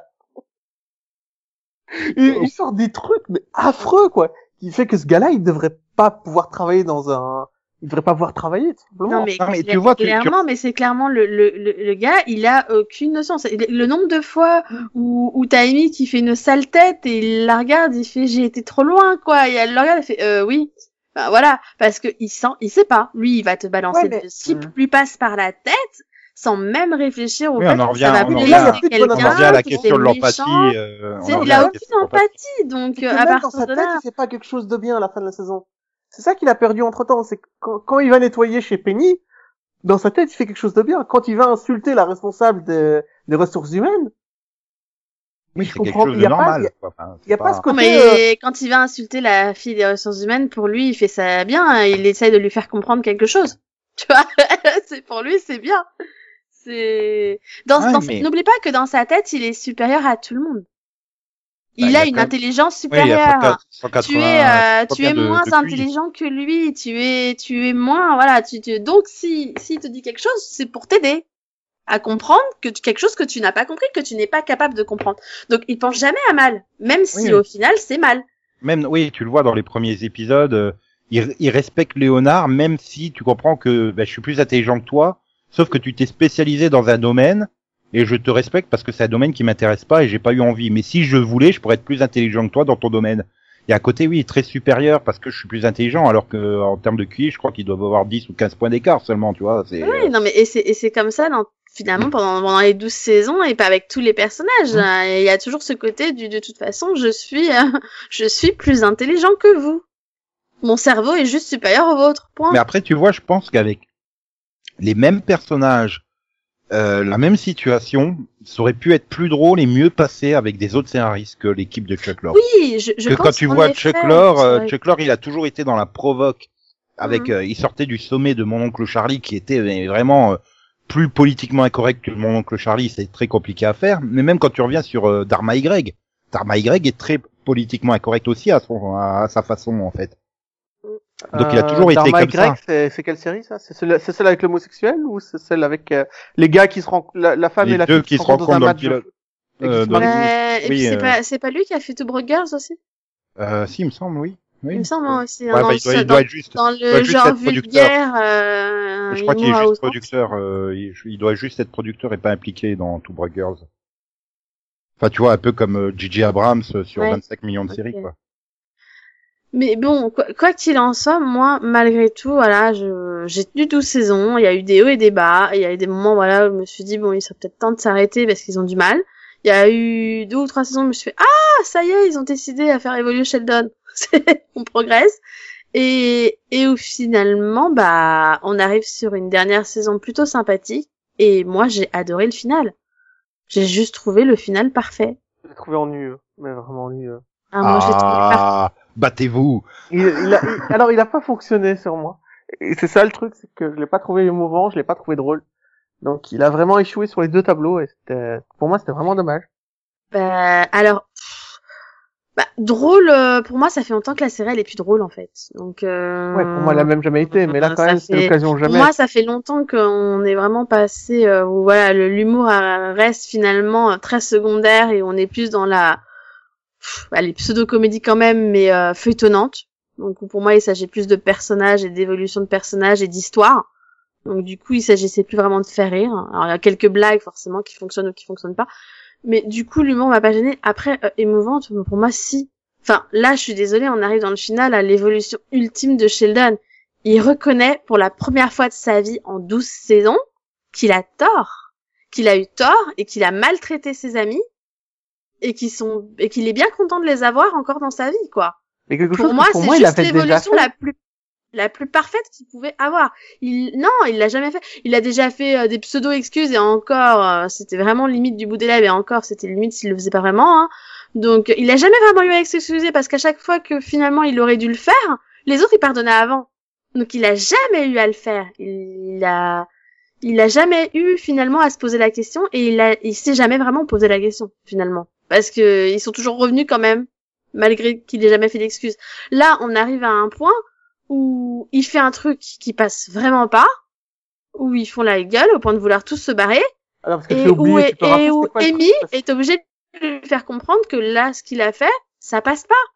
Il, il sort des trucs, mais affreux, quoi. Qui fait que ce gars-là, il devrait pas pouvoir travailler dans un, il devrait pas pouvoir travailler, tout simplement. Non mais, Non, mais tu cla- vois, tu- tu- clairement, mais c'est clairement le, le, le, le gars, il a aucune notion. C'est- Le, le nombre de fois où, où t'as Amy qui fait une sale tête et il la regarde, il fait j'ai été trop loin quoi, et elle le regarde, elle fait euh, oui. Enfin, voilà, parce que il sent, il sait pas. Lui, il va te balancer Ouais, mais- de ce qui Mm. lui passe par la tête sans même réfléchir au Oui, fait on en que revient- ça va on en blesser revient- quelqu'un. on On en revient à la que question c'est de l'empathie. méchant. euh, on C'est- en revient il à a la aucune question de l'empathie. empathie, donc Et euh, que à même dans partir sa de tête, là. il fait pas quelque chose de bien à la fin de la saison. C'est ça qu'il a perdu entre temps, c'est que quand, quand il va nettoyer chez Penny, dans sa tête, il fait quelque chose de bien. Quand il va insulter la responsable des, des ressources humaines, Oui, je c'est quelque comprends, chose il de y a pas- normal. il y a- quoi. Enfin, il y a c'est pas ce Non, côté, mais quand il va insulter la fille des ressources humaines, pour lui, il fait ça bien. Il essaye de lui faire comprendre quelque chose. Tu vois, c'est pour lui, c'est bien. C'est dans, Ouais, dans- mais- n'oublie pas que dans sa tête, il est supérieur à tout le monde. Bah, Il il y a a une quand même- intelligence Oui, il y a supérieure. cent quatre- Tu es, euh, tu es de- moins de Q I. intelligent que lui. Tu es, tu es moins, voilà. Tu, tu... Donc si, s'il te dit quelque chose, c'est pour t'aider. à comprendre que tu, quelque chose que tu n'as pas compris, que tu n'es pas capable de comprendre. Donc, il pense jamais à mal, même si oui. au final, c'est mal. Même, oui, tu le vois dans les premiers épisodes, euh, il, il respecte Léonard, même si tu comprends que ben, je suis plus intelligent que toi, sauf que tu t'es spécialisé dans un domaine, et je te respecte parce que c'est un domaine qui m'intéresse pas et j'ai pas eu envie. Mais si je voulais, je pourrais être plus intelligent que toi dans ton domaine. Et à côté, oui, très supérieur parce que je suis plus intelligent, alors que en termes de Q I, je crois qu'ils doivent avoir dix ou quinze points d'écart seulement, tu vois. C'est, oui, non, mais et c'est, et c'est comme ça dans, finalement pendant, pendant les douze saisons et pas avec tous les personnages. Mmh. Il y a toujours ce côté du, de toute façon, je suis, euh, je suis plus intelligent que vous. Mon cerveau est juste supérieur au vôtre. Point. Mais après, tu vois, je pense qu'avec les mêmes personnages, Euh, la même situation, ça aurait pu être plus drôle et mieux passé avec des autres scénaristes que l'équipe de Chuck Lorre. Oui, je, je que pense quand tu vois effet, Chuck Lorre, euh, ouais. Chuck Lorre, il a toujours été dans la provoque. Avec, mmh. euh, il sortait du sommet de Mon oncle Charlie, qui était euh, vraiment euh, plus politiquement incorrect que Mon oncle Charlie. C'est très compliqué à faire. Mais même quand tu reviens sur euh, Dharma Y, Dharma Y est très politiquement incorrect aussi à son, à, à sa façon en fait. Donc il a toujours euh, été comme Greg, ça. C'est, c'est quelle série ça? C'est celle, c'est celle avec l'homosexuel ou c'est celle avec euh, les gars qui se rencontrent, la, la femme Les et la deux fille qui, qui se rencontrent dans un dans match le pilote. de... Euh, dans ouais, les... et oui, puis c'est euh... pas c'est pas lui qui a fait Two Broke Girls aussi. Euh, si, il me semble, oui. oui. Il me semble hein, aussi. Ouais, hein, bah, dans, il doit, il dans, doit être juste. dans doit le juste genre être producteur. vulgaire. Euh, Je crois qu'il est House juste producteur. Euh, il, il doit juste être producteur et pas impliqué dans Two Broke Girls. Enfin, tu vois, un peu comme euh, J J Abrams sur ouais. vingt-cinq millions de okay. séries, quoi. Mais bon, quoi, quoi qu'il en soit, moi, malgré tout, voilà, je, j'ai tenu douze saisons, il y a eu des hauts et des bas, il y a eu des moments, voilà, où je me suis dit, bon, il serait peut-être temps de s'arrêter parce qu'ils ont du mal. Il y a eu deux ou trois saisons où je me suis fait, ah, ça y est, ils ont décidé à faire évoluer Sheldon. On progresse. Et, et où finalement, bah, on arrive sur une dernière saison plutôt sympathique, et moi, j'ai adoré le final. J'ai juste trouvé le final parfait. Je l'ai trouvé ennuyeux, mais vraiment ennuyeux. Ah, moi, je l'ai trouvé parfait. Battez-vous. Il, il a, il, alors, il a pas fonctionné sur moi. Et c'est ça le truc, c'est que je l'ai pas trouvé émouvant, je l'ai pas trouvé drôle. Donc, il a vraiment échoué sur les deux tableaux et c'était, pour moi, c'était vraiment dommage. Bah, alors, bah, drôle, euh, pour moi, ça fait longtemps que la série, elle est plus drôle, en fait. Donc, euh... ouais, pour moi, elle a même jamais été, mais là, quand même, fait... c'est l'occasion jamais. Pour moi, ça fait longtemps qu'on est vraiment passé, euh, où voilà, le, l'humour reste finalement très secondaire et on est plus dans la, Pff, les pseudo-comédies quand même, mais euh, feuilletonnantes. Donc pour moi, il s'agit plus de personnages et d'évolution de personnages et d'histoire. Donc du coup, il s'agissait plus vraiment de faire rire. Alors il y a quelques blagues forcément qui fonctionnent ou qui fonctionnent pas. Mais du coup, l'humour m'a pas gêné. Après, euh, émouvante, pour moi, si. Enfin, là, je suis désolée, on arrive dans le final à l'évolution ultime de Sheldon. Il reconnaît pour la première fois de sa vie en douze saisons qu'il a tort. Qu'il a eu tort et qu'il a maltraité ses amis. Et qui sont et qu'il est bien content de les avoir encore dans sa vie, quoi. Mais quelque pour chose moi, pour c'est moi, juste l'évolution la plus la plus parfaite qu'il pouvait avoir. Il non, il l'a jamais fait. Il a déjà fait euh, des pseudo excuses et encore euh, c'était vraiment limite du bout des lèvres et encore c'était limite s'il le faisait pas vraiment hein. Donc il a jamais vraiment eu à s'excuser parce qu'à chaque fois que finalement il aurait dû le faire, les autres ils pardonnaient avant. Donc il a jamais eu à le faire. Il, il a il a jamais eu finalement à se poser la question et il a il s'est jamais vraiment posé la question finalement. Parce que ils sont toujours revenus quand même, malgré qu'il ait jamais fait d'excuses. Là, on arrive à un point où il fait un truc qui passe vraiment pas, où ils font la gueule au point de vouloir tous se barrer, alors, parce que et oublié, où, est, et où Amy truc, est obligée de lui faire comprendre que là, ce qu'il a fait, ça passe pas.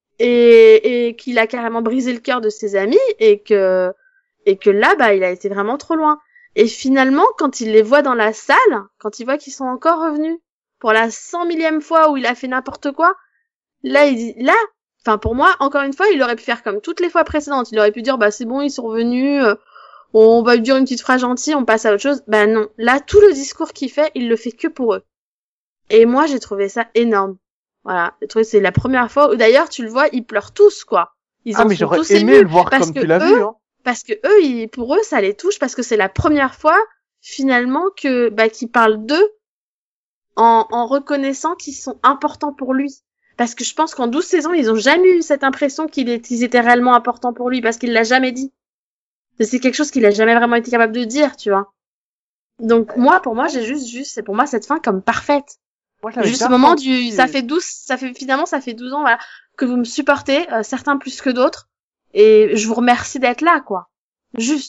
Et, et qu'il a carrément brisé le cœur de ses amis, et que, et que là, bah, il a été vraiment trop loin. Et finalement, quand il les voit dans la salle, quand il voit qu'ils sont encore revenus, pour la cent millième fois où il a fait n'importe quoi, là, il dit, là, enfin, pour moi, encore une fois, il aurait pu faire comme toutes les fois précédentes. Il aurait pu dire, bah, c'est bon, ils sont revenus, euh, on va lui dire une petite phrase gentille, on passe à autre chose. Bah, non. Là, tout le discours qu'il fait, il le fait que pour eux. Et moi, j'ai trouvé ça énorme. Voilà. J'ai trouvé que c'est la première fois où, d'ailleurs, tu le vois, ils pleurent tous, quoi. Ils ah, en mais sont j'aurais tous aimé émus le voir parce comme que tu l'as eux, vu, hein. Parce que eux, ils, pour eux, ça les touche parce que c'est la première fois, finalement, que, bah, qu'ils parlent d'eux En, en reconnaissant qu'ils sont importants pour lui. Parce que je pense qu'en douze saisons, ils ont jamais eu cette impression qu'ils étaient réellement importants pour lui, parce qu'il l'a jamais dit. C'est quelque chose qu'il a jamais vraiment été capable de dire, tu vois. Donc, moi, pour moi, j'ai juste, juste, c'est pour moi cette fin comme parfaite. Moi, juste ce moment du, ça fait douze, ça fait, finalement, ça fait douze ans, voilà, que vous me supportez, euh, certains plus que d'autres, et je vous remercie d'être là, quoi. Juste.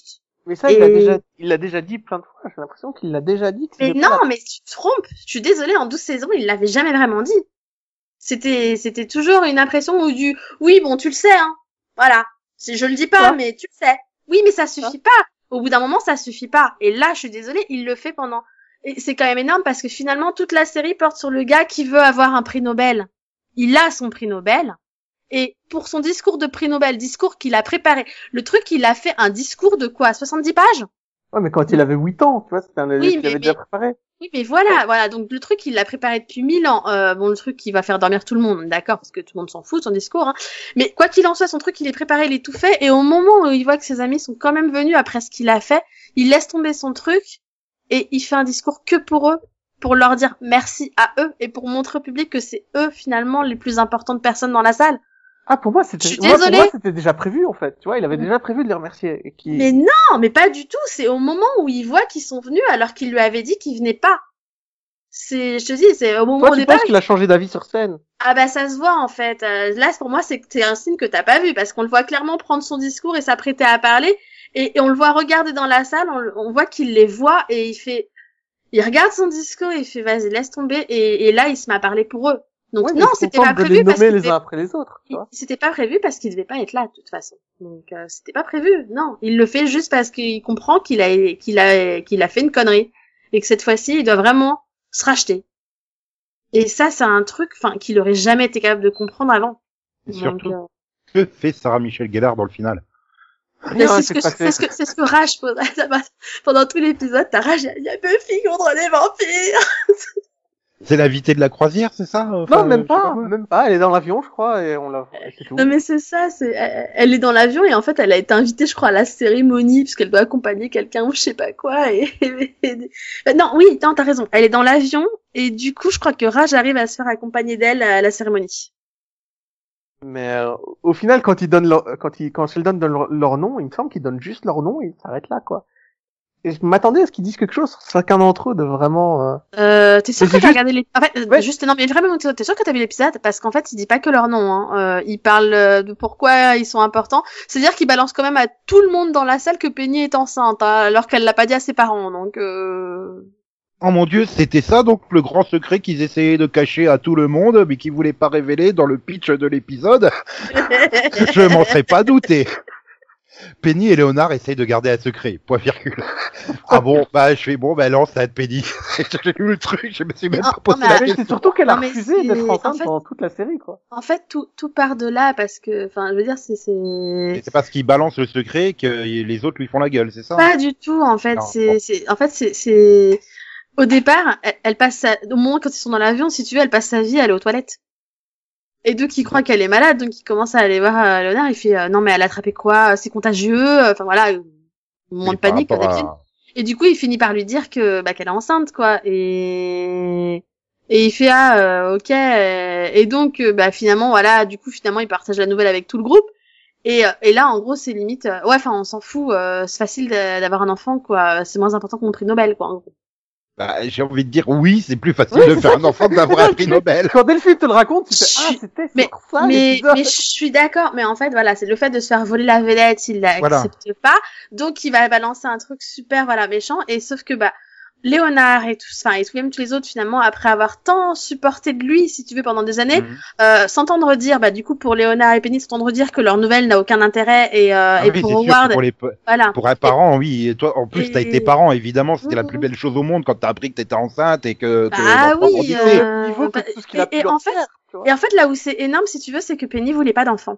Mais ça, Et- il l'a déjà, il l'a déjà dit plein de fois. J'ai l'impression qu'il l'a déjà dit. Que Mais c'était non, pas la- mais tu te trompes. Je suis désolée, en douze saisons, il l'avait jamais vraiment dit. C'était, c'était toujours une impression où du, oui, bon, tu le sais, hein. Voilà. Si je le dis pas, Ouais. mais tu le sais. Oui, mais ça suffit pas. Au bout d'un moment, ça suffit pas. Et là, je suis désolée, il le fait pendant, et c'est quand même énorme parce que finalement, toute la série porte sur le gars qui veut avoir un prix Nobel. Il a son prix Nobel. Et pour son discours de prix Nobel, discours qu'il a préparé, le truc, il a fait un discours de quoi? soixante-dix pages? Ouais, mais quand il avait huit ans, tu vois, c'était un Oui, qu'il mais- avait déjà mais- préparé. Oui, mais voilà, voilà. Donc le truc, il l'a préparé depuis mille ans. Euh, bon, le truc qui va faire dormir tout le monde, d'accord, parce que tout le monde s'en fout de son discours. Hein. Mais quoi qu'il en soit, son truc, il est préparé, il est tout fait. Et au moment où il voit que ses amis sont quand même venus après ce qu'il a fait, il laisse tomber son truc et il fait un discours que pour eux, pour leur dire merci à eux et pour montrer au public que c'est eux finalement les plus importantes personnes dans la salle. Ah, pour moi, c'était, Je suis moi, pour désolée. moi, c'était déjà prévu, en fait. Tu vois, il avait déjà prévu de les remercier. Et qui... Mais non, mais pas du tout. C'est au moment où il voit qu'ils sont venus alors qu'il lui avait dit qu'ils venaient pas. C'est, je te dis, c'est au moment Toi, où tu départ. penses qu'il a changé d'avis sur scène? Ah bah ça se voit en fait. Euh, là pour moi c'est que c'est un signe que t'as pas vu parce qu'on le voit clairement prendre son discours et s'apprêter à parler et, et on le voit regarder dans la salle, on, le- on voit qu'il les voit et il fait, il regarde son discours et il fait vas-y laisse tomber et, et là il se met à parler pour eux. Donc Ouais, mais non il se c'était contente pas de prévu les parce nommer qu'il les devait- uns après les autres, tu il- vois. c'était pas prévu parce qu'il devait pas être là de toute façon. Donc euh, c'était pas prévu. Non, il le fait juste parce qu'il comprend qu'il a qu'il a qu'il a fait une connerie et que cette fois-ci il doit vraiment se racheter. Et ça, c'est un truc, enfin, qu'il aurait jamais été capable de comprendre avant. Et Donc, surtout, euh, que fait Sarah Michelle Gellar dans le final? mais Rien c'est ne ce s'est que, passé. c'est ce que, c'est ce que Raj pose. Ça va- Pendant tout l'épisode, t'as Raj, il y a- il y a Buffy contre les vampires. C'est l'invité de la croisière, c'est ça? Enfin, Non, même je sais pas, quoi. même pas. Elle est dans l'avion, je crois, et on l'a, et c'est tout. Non, mais c'est ça, c'est, elle, elle est dans l'avion et en fait, elle a été invitée, je crois, à la cérémonie, puisqu'elle doit accompagner quelqu'un ou je sais pas quoi, et, et- et- euh, non, oui, non, t'as raison. Elle est dans l'avion et du coup, je crois que Raj arrive à se faire accompagner d'elle à la cérémonie. Mais euh, au final, quand ils donnent leur, quand ils, quand Sheldon donne leur, leur nom, il me semble qu'ils donnent juste leur nom et ils s'arrêtent là, quoi. Et je m'attendais à ce qu'ils disent quelque chose sur chacun d'entre eux de vraiment. Euh... Euh, t'es sûr Mais que c'est t'as juste- regardé l'épisode? En fait, euh, Ouais. juste, non, mais vraiment, t'es sûr que t'as vu l'épisode? Parce qu'en fait, il dit pas que leur nom, hein. Euh, il parle euh, de pourquoi ils sont importants. C'est-à-dire qu'il balance quand même à tout le monde dans la salle que Penny est enceinte, hein, alors qu'elle l'a pas dit à ses parents, donc, euh... Oh mon dieu, c'était ça donc le grand secret qu'ils essayaient de cacher à tout le monde, mais qu'ils voulaient pas révéler dans le pitch de l'épisode. Je m'en serais pas douté. Penny et Léonard essayent de garder un secret, point virgule. Ah bon, bah je fais bon, bah lance ça va être Penny. J'ai lu le truc, je me suis même Non, pas posé non, mais la arrête, Mais question. c'est surtout qu'elle a Non, mais refusé c'est- d'être en enceinte fait- pendant toute la série, quoi. En fait, tout, tout part de là parce que, enfin, je veux dire, c'est, Et c'est, c'est parce qu'il balance le secret que les autres lui font la gueule, c'est ça? pas du tout, en fait, Non, c'est, bon. c'est, en fait, c'est, c'est, au départ, elle, elle passe sa... au moment quand ils sont dans l'avion, si tu veux, elle passe sa vie à aller aux toilettes. Et deux qui croient qu'elle est malade, donc il commence à aller voir euh, Léonard, il fait euh, non mais elle a attrapé quoi, c'est contagieux, enfin voilà, moment Oui, de par panique rapport comme à- d'habitude. Et du coup, il finit par lui dire que bah qu'elle est enceinte quoi, et et il fait ah euh, ok, et donc euh, bah finalement voilà, du coup finalement il partage la nouvelle avec tout le groupe. Et, euh, et là, en gros, c'est limite, euh, ouais, enfin, on s'en fout, euh, c'est facile d'a- d'avoir un enfant, quoi. C'est moins important que mon prix Nobel, quoi. En gros. Bah, j'ai envie de dire oui, c'est plus facile Oui, de c'est faire ça un enfant que d'avoir un prix Nobel. Quand Delphine te le raconte, tu fais, Je ah, suis- c'était mais- sur ça, mais, l'épisode. mais je suis d'accord, mais en fait, voilà, c'est le fait de se faire voler la vedette, il Voilà. l'accepte pas, donc il va balancer un truc super, voilà, méchant, et sauf que, bah, Léonard et tout, enfin, et tout, même tous les autres, finalement, après avoir tant supporté de lui, si tu veux, pendant des années, Mhm. euh, s'entendre dire, bah, du coup, pour Léonard et Penny, s'entendre dire que leur nouvelle n'a aucun intérêt, et, euh, Ah et oui, pour c'est sûr Howard, que pour les, voilà. pour un parent, oui. Et toi, en plus, Et- t'as été parent, évidemment, c'était la Mhm. plus belle chose au monde quand t'as appris que t'étais enceinte et que, que Bah l'enfant oui, grandissait. euh, Niveau que bah, tout ce qu'il a et- pu et leur en fait, faire, tu vois. Et en fait, là où c'est énorme, si tu veux, c'est que Penny voulait pas d'enfant.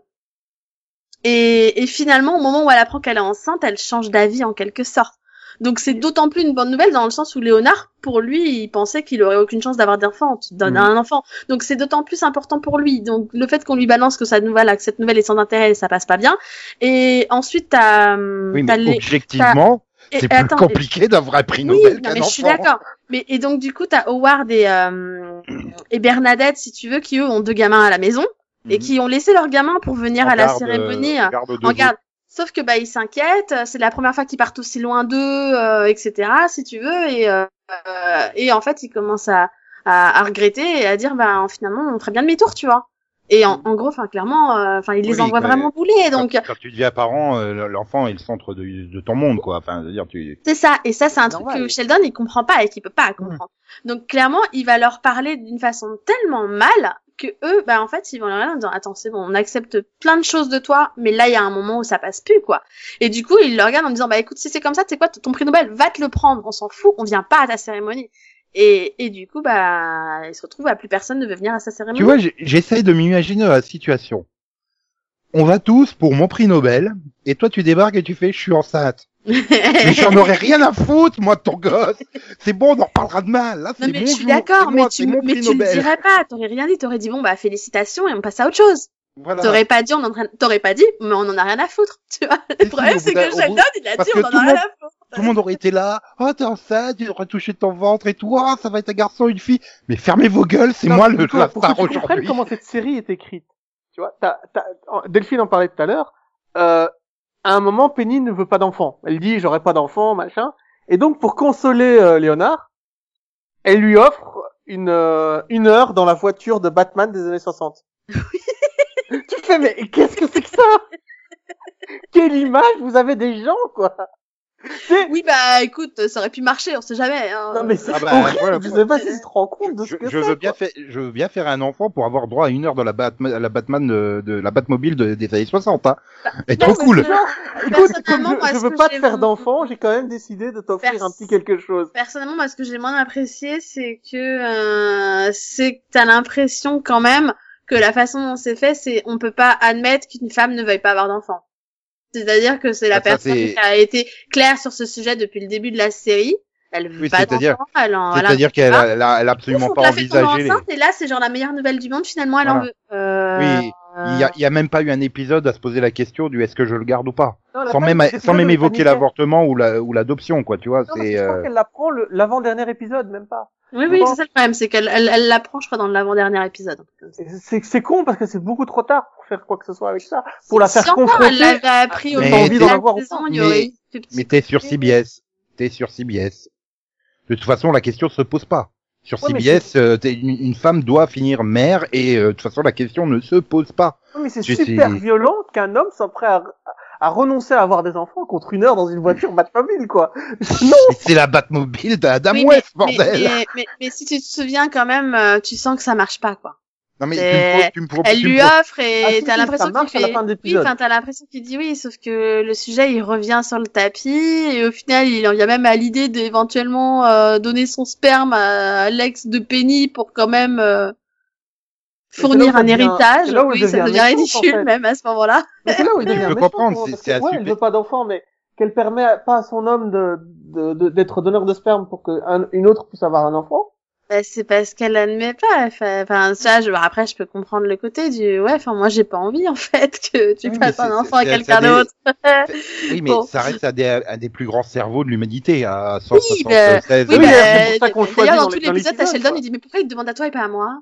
Et, et finalement, au moment où elle apprend qu'elle est enceinte, elle change d'avis en quelque sorte. Donc c'est d'autant plus une bonne nouvelle dans le sens où Léonard, pour lui, il pensait qu'il aurait aucune chance d'avoir d'enfant, d'un Mhm. un enfant. Donc c'est d'autant plus important pour lui. Donc le fait qu'on lui balance que sa nouvelle, que cette nouvelle est sans intérêt, ça passe pas bien. Et ensuite t'as, hum, Oui, t'as mais les- objectivement, et- c'est et plus attends, compliqué d'avoir un prix oui, Nobel non, qu'un mais je suis enfant. d'accord. Mais et donc du coup, t'as Howard et euh, et Bernadette, si tu veux, qui eux ont deux gamins à la maison et Mhm. qui ont laissé leurs gamins pour venir En à la garde, cérémonie euh, euh, garde de en vous. garde. Sauf que bah ils s'inquiètent, c'est la première fois qu'ils partent aussi loin d'eux, euh, et cetera. Si tu veux, et euh, euh, et en fait ils commencent à, à à regretter et à dire bah finalement on ferait bien demi-tour, tu vois. Et en, en gros, enfin clairement, enfin euh, il les oui, envoie quand, vraiment bouler. Donc quand, quand tu deviens parent, euh, l'enfant est le centre de, de ton monde, quoi. Enfin, c'est-à-dire tu. C'est ça. Et ça, c'est un Normal. truc que Sheldon il comprend pas et qu'il peut pas comprendre. Mmh. Donc clairement, il va leur parler d'une façon tellement mal que eux, bah en fait, ils vont leur dire en disant attends, c'est bon, on accepte plein de choses de toi, mais là il y a un moment où ça passe plus, quoi. Et du coup, ils le regardent en disant bah écoute, si c'est comme ça, tu sais quoi, ton prix Nobel, va te le prendre, on s'en fout, on vient pas à ta cérémonie. Et, et du coup, bah, il se retrouve à plus personne ne veut venir à sa cérémonie. Tu vois, j'essaye de m'imaginer la situation. On va tous pour mon prix Nobel, et toi tu débarques et tu fais, je suis enceinte. Mais j'en aurais rien à foutre, moi, de ton gosse. C'est bon, on en reparlera demain. Là, c'est non, mais mon je suis jour, d'accord, mais moi, tu, mais tu le dirais pas. T'aurais rien dit. T'aurais dit, bon, bah, félicitations et on passe à autre chose. Voilà. T'aurais pas dit, on en... t'aurais pas dit, mais on en a rien à foutre. Tu vois. Le problème, c'est que Sheldon, il a dit, on en a rien à foutre. Tout le monde aurait été là. Oh, t'es enceinte, tu aurais touché ton ventre et tout. Oh, ça va être un garçon, une fille. Mais fermez vos gueules, c'est moi le, la star aujourd'hui. Pour que tu comprennes comment cette série est écrite. Tu vois, t'as, t'as, Delphine en parlait tout à l'heure, euh, à un moment, Penny ne veut pas d'enfant. Elle dit, j'aurai pas d'enfant, machin. Et donc, pour consoler euh, Léonard, elle lui offre une, euh, une heure dans la voiture de Batman des années soixante. Oui. Tu fais, mais qu'est-ce que c'est que ça? Quelle image vous avez des gens, quoi. Oui, bah, écoute, ça aurait pu marcher, on sait jamais, hein. Non, mais c'est ah bah, horrible, voilà, je sais pas si tu te rends compte de ce je, que je c'est. veux bien faire, je veux bien faire un enfant pour avoir droit à une heure dans la Batman, la Batman de, de la Batmobile de, des années soixante, hein. Bah, est trop cool. Genre, écoute, comme je, je veux pas te faire d'enfant, j'ai quand même décidé de t'offrir Pers... un petit quelque chose. Personnellement, moi, ce que j'ai moins apprécié, c'est que, euh, c'est que t'as l'impression quand même que la façon dont c'est fait, c'est, on peut pas admettre qu'une femme ne veuille pas avoir d'enfant. C'est-à-dire que c'est la ah, personne qui a été claire sur ce sujet depuis le début de la série. Elle veut oui, pas d'enfant, elle en, c'est-à-dire qu'elle a, elle a, elle a absolument Ouf, pas envisagé. Les... Et là, c'est genre la meilleure nouvelle du monde. Finalement, elle voilà. en veut. Euh... Oui, il y a, il y a même pas eu un épisode à se poser la question du est-ce que je le garde ou pas, non, sans même, sans même évoquer l'avortement ou la, ou l'adoption, quoi. Tu vois, non, c'est. Je crois euh... qu'elle l'apprend le, l'avant-dernier épisode, même pas. Oui, oui, c'est ça le problème, c'est qu'elle, elle, elle l'apprend, je crois, dans l'avant-dernier épisode. C'est, c'est con parce que c'est beaucoup trop tard pour faire quoi que ce soit avec ça. Pour la faire confronter. Elle l'avait appris au début d'en avoir saison, il y aurait eu mais, mais t'es sur C B S. T'es sur C B S. De toute façon, la question se pose pas. Sur ouais, C B S, euh, t'es, une, une femme doit finir mère et euh, de toute façon, la question ne se pose pas. Oui, mais c'est je super sais... violent qu'un homme soit prêt à, à renoncer à avoir des enfants contre une heure dans une voiture Batmobile, quoi. Non. C'est la Batmobile d'Adam oui, West, mais, bordel. Mais, mais, mais, mais si tu te souviens quand même, euh, tu sens que ça marche pas, quoi. Non mais tu me, tu me proposes, elle tu lui me offre et ah, si, t'as si, l'impression qu'il fait oui, enfin t'as l'impression qu'il dit oui, sauf que le sujet il revient sur le tapis et au final il en vient même à l'idée d'éventuellement euh, donner son sperme à l'ex de Penny pour quand même euh, fournir un devient, héritage. Là où oui, ça devient méchant, ridicule en fait. même à ce moment-là. Mais c'est là où il devient je peux méchant, comprendre, c'est, c'est ouais, super... elle veut pas d'enfant, mais qu'elle permet pas à son homme de, de, de d'être donneur de sperme pour que un, une autre puisse avoir un enfant. Bah, c'est parce qu'elle admet pas. Enfin, ça, je, après, je peux comprendre le côté du, ouais, enfin, moi, j'ai pas envie, en fait, que tu oui, passes un enfant à quelqu'un d'autre. Oui, mais bon. Ça reste à des, à des plus grands cerveaux de l'humanité, à cent soixante-seize. Oui, bah, oui, bah, c'est pour ça qu'on choisit d'ailleurs, dans, dans tous les épisodes, t'as Sheldon, il dit, mais pourquoi il te demande à toi et pas à moi?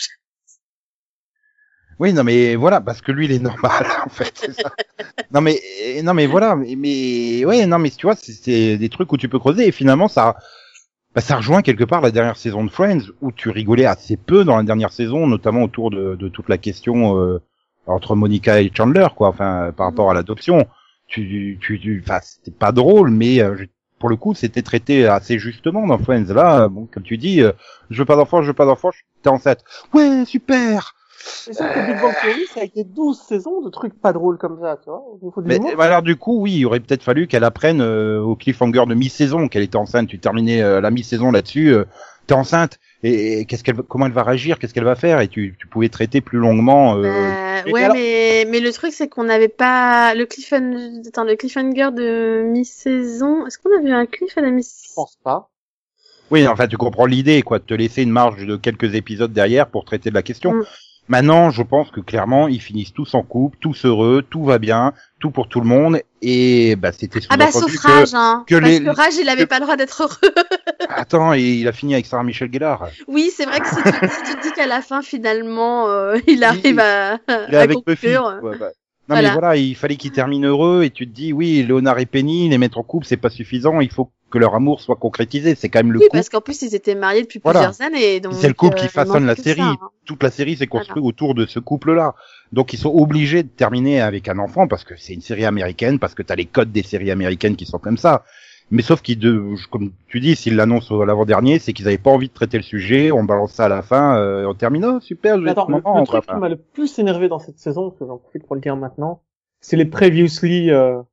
Oui, non, mais voilà, parce que lui, il est normal, en fait, c'est ça. non, mais, non, mais voilà, mais, mais, ouais, non, mais tu vois, c'est, c'est des trucs où tu peux creuser et finalement, ça, bah, ça rejoint quelque part la dernière saison de Friends où tu rigolais assez peu dans la dernière saison, notamment autour de, de toute la question euh, entre Monica et Chandler, quoi. Enfin, par rapport à l'adoption, tu, tu, tu, enfin, c'était pas drôle, mais euh, pour le coup, c'était traité assez justement dans Friends. Là, bon, comme tu dis, euh, je veux pas d'enfant, je veux pas d'enfant, t'es enceinte. Ouais, super. C'est sûr que Big Bang Theory, ça a été douze saisons de trucs pas drôles comme ça, tu vois. Il faut du mais, alors du coup, oui, il aurait peut-être fallu qu'elle apprenne euh, au cliffhanger de mi-saison qu'elle était enceinte. Tu terminais euh, la mi-saison là-dessus, euh, t'es enceinte, et, et qu'est-ce qu'elle, comment elle va réagir, qu'est-ce qu'elle va faire, et tu, tu pouvais traiter plus longuement. Euh, bah, ouais, alors... mais mais le truc c'est qu'on n'avait pas le cliffhanger, attends, le cliffhanger de mi-saison. Est-ce qu'on avait un cliff à la mi-saison? Je pense pas. Oui, enfin, tu comprends l'idée, quoi, de te laisser une marge de quelques épisodes derrière pour traiter de la question. Mm. Maintenant, je pense que clairement, ils finissent tous en couple, tous heureux, tout va bien, tout pour tout le monde, et bah c'était ah bah sauf Raj, hein, que parce les... que Raj, il avait que... pas le droit d'être heureux. Attends, et il a fini avec Sarah Michelle Gellar. Oui, c'est vrai que si tu, si tu te dis qu'à la fin, finalement, euh, il arrive il, à, il est à avec conclure. Buffy. Ouais, bah. Non voilà. Mais voilà, il fallait qu'ils terminent heureux, et tu te dis, oui, Léonard et Penny, les mettre en couple, c'est pas suffisant, il faut que leur amour soit concrétisé. C'est quand même le oui, couple. parce qu'en plus ils étaient mariés depuis Voilà. plusieurs années, donc C'est le couple euh, qui il façonne la manque que série. ça, hein. Toute la série s'est construite Voilà. autour de ce couple-là. Donc ils sont obligés de terminer avec un enfant parce que c'est une série américaine, parce que t'as les codes des séries américaines qui sont comme ça. Mais sauf qu'ils, de, comme tu dis, s'ils l'annoncent à l'avant-dernier, c'est qu'ils avaient pas envie de traiter le sujet. On balance ça à la fin, euh, on termine. Oh, super, je vais Attends, être le, maman, le quoi. truc qui m'a le plus énervé dans cette saison, que j'en profite pour le dire maintenant, c'est les previously, euh...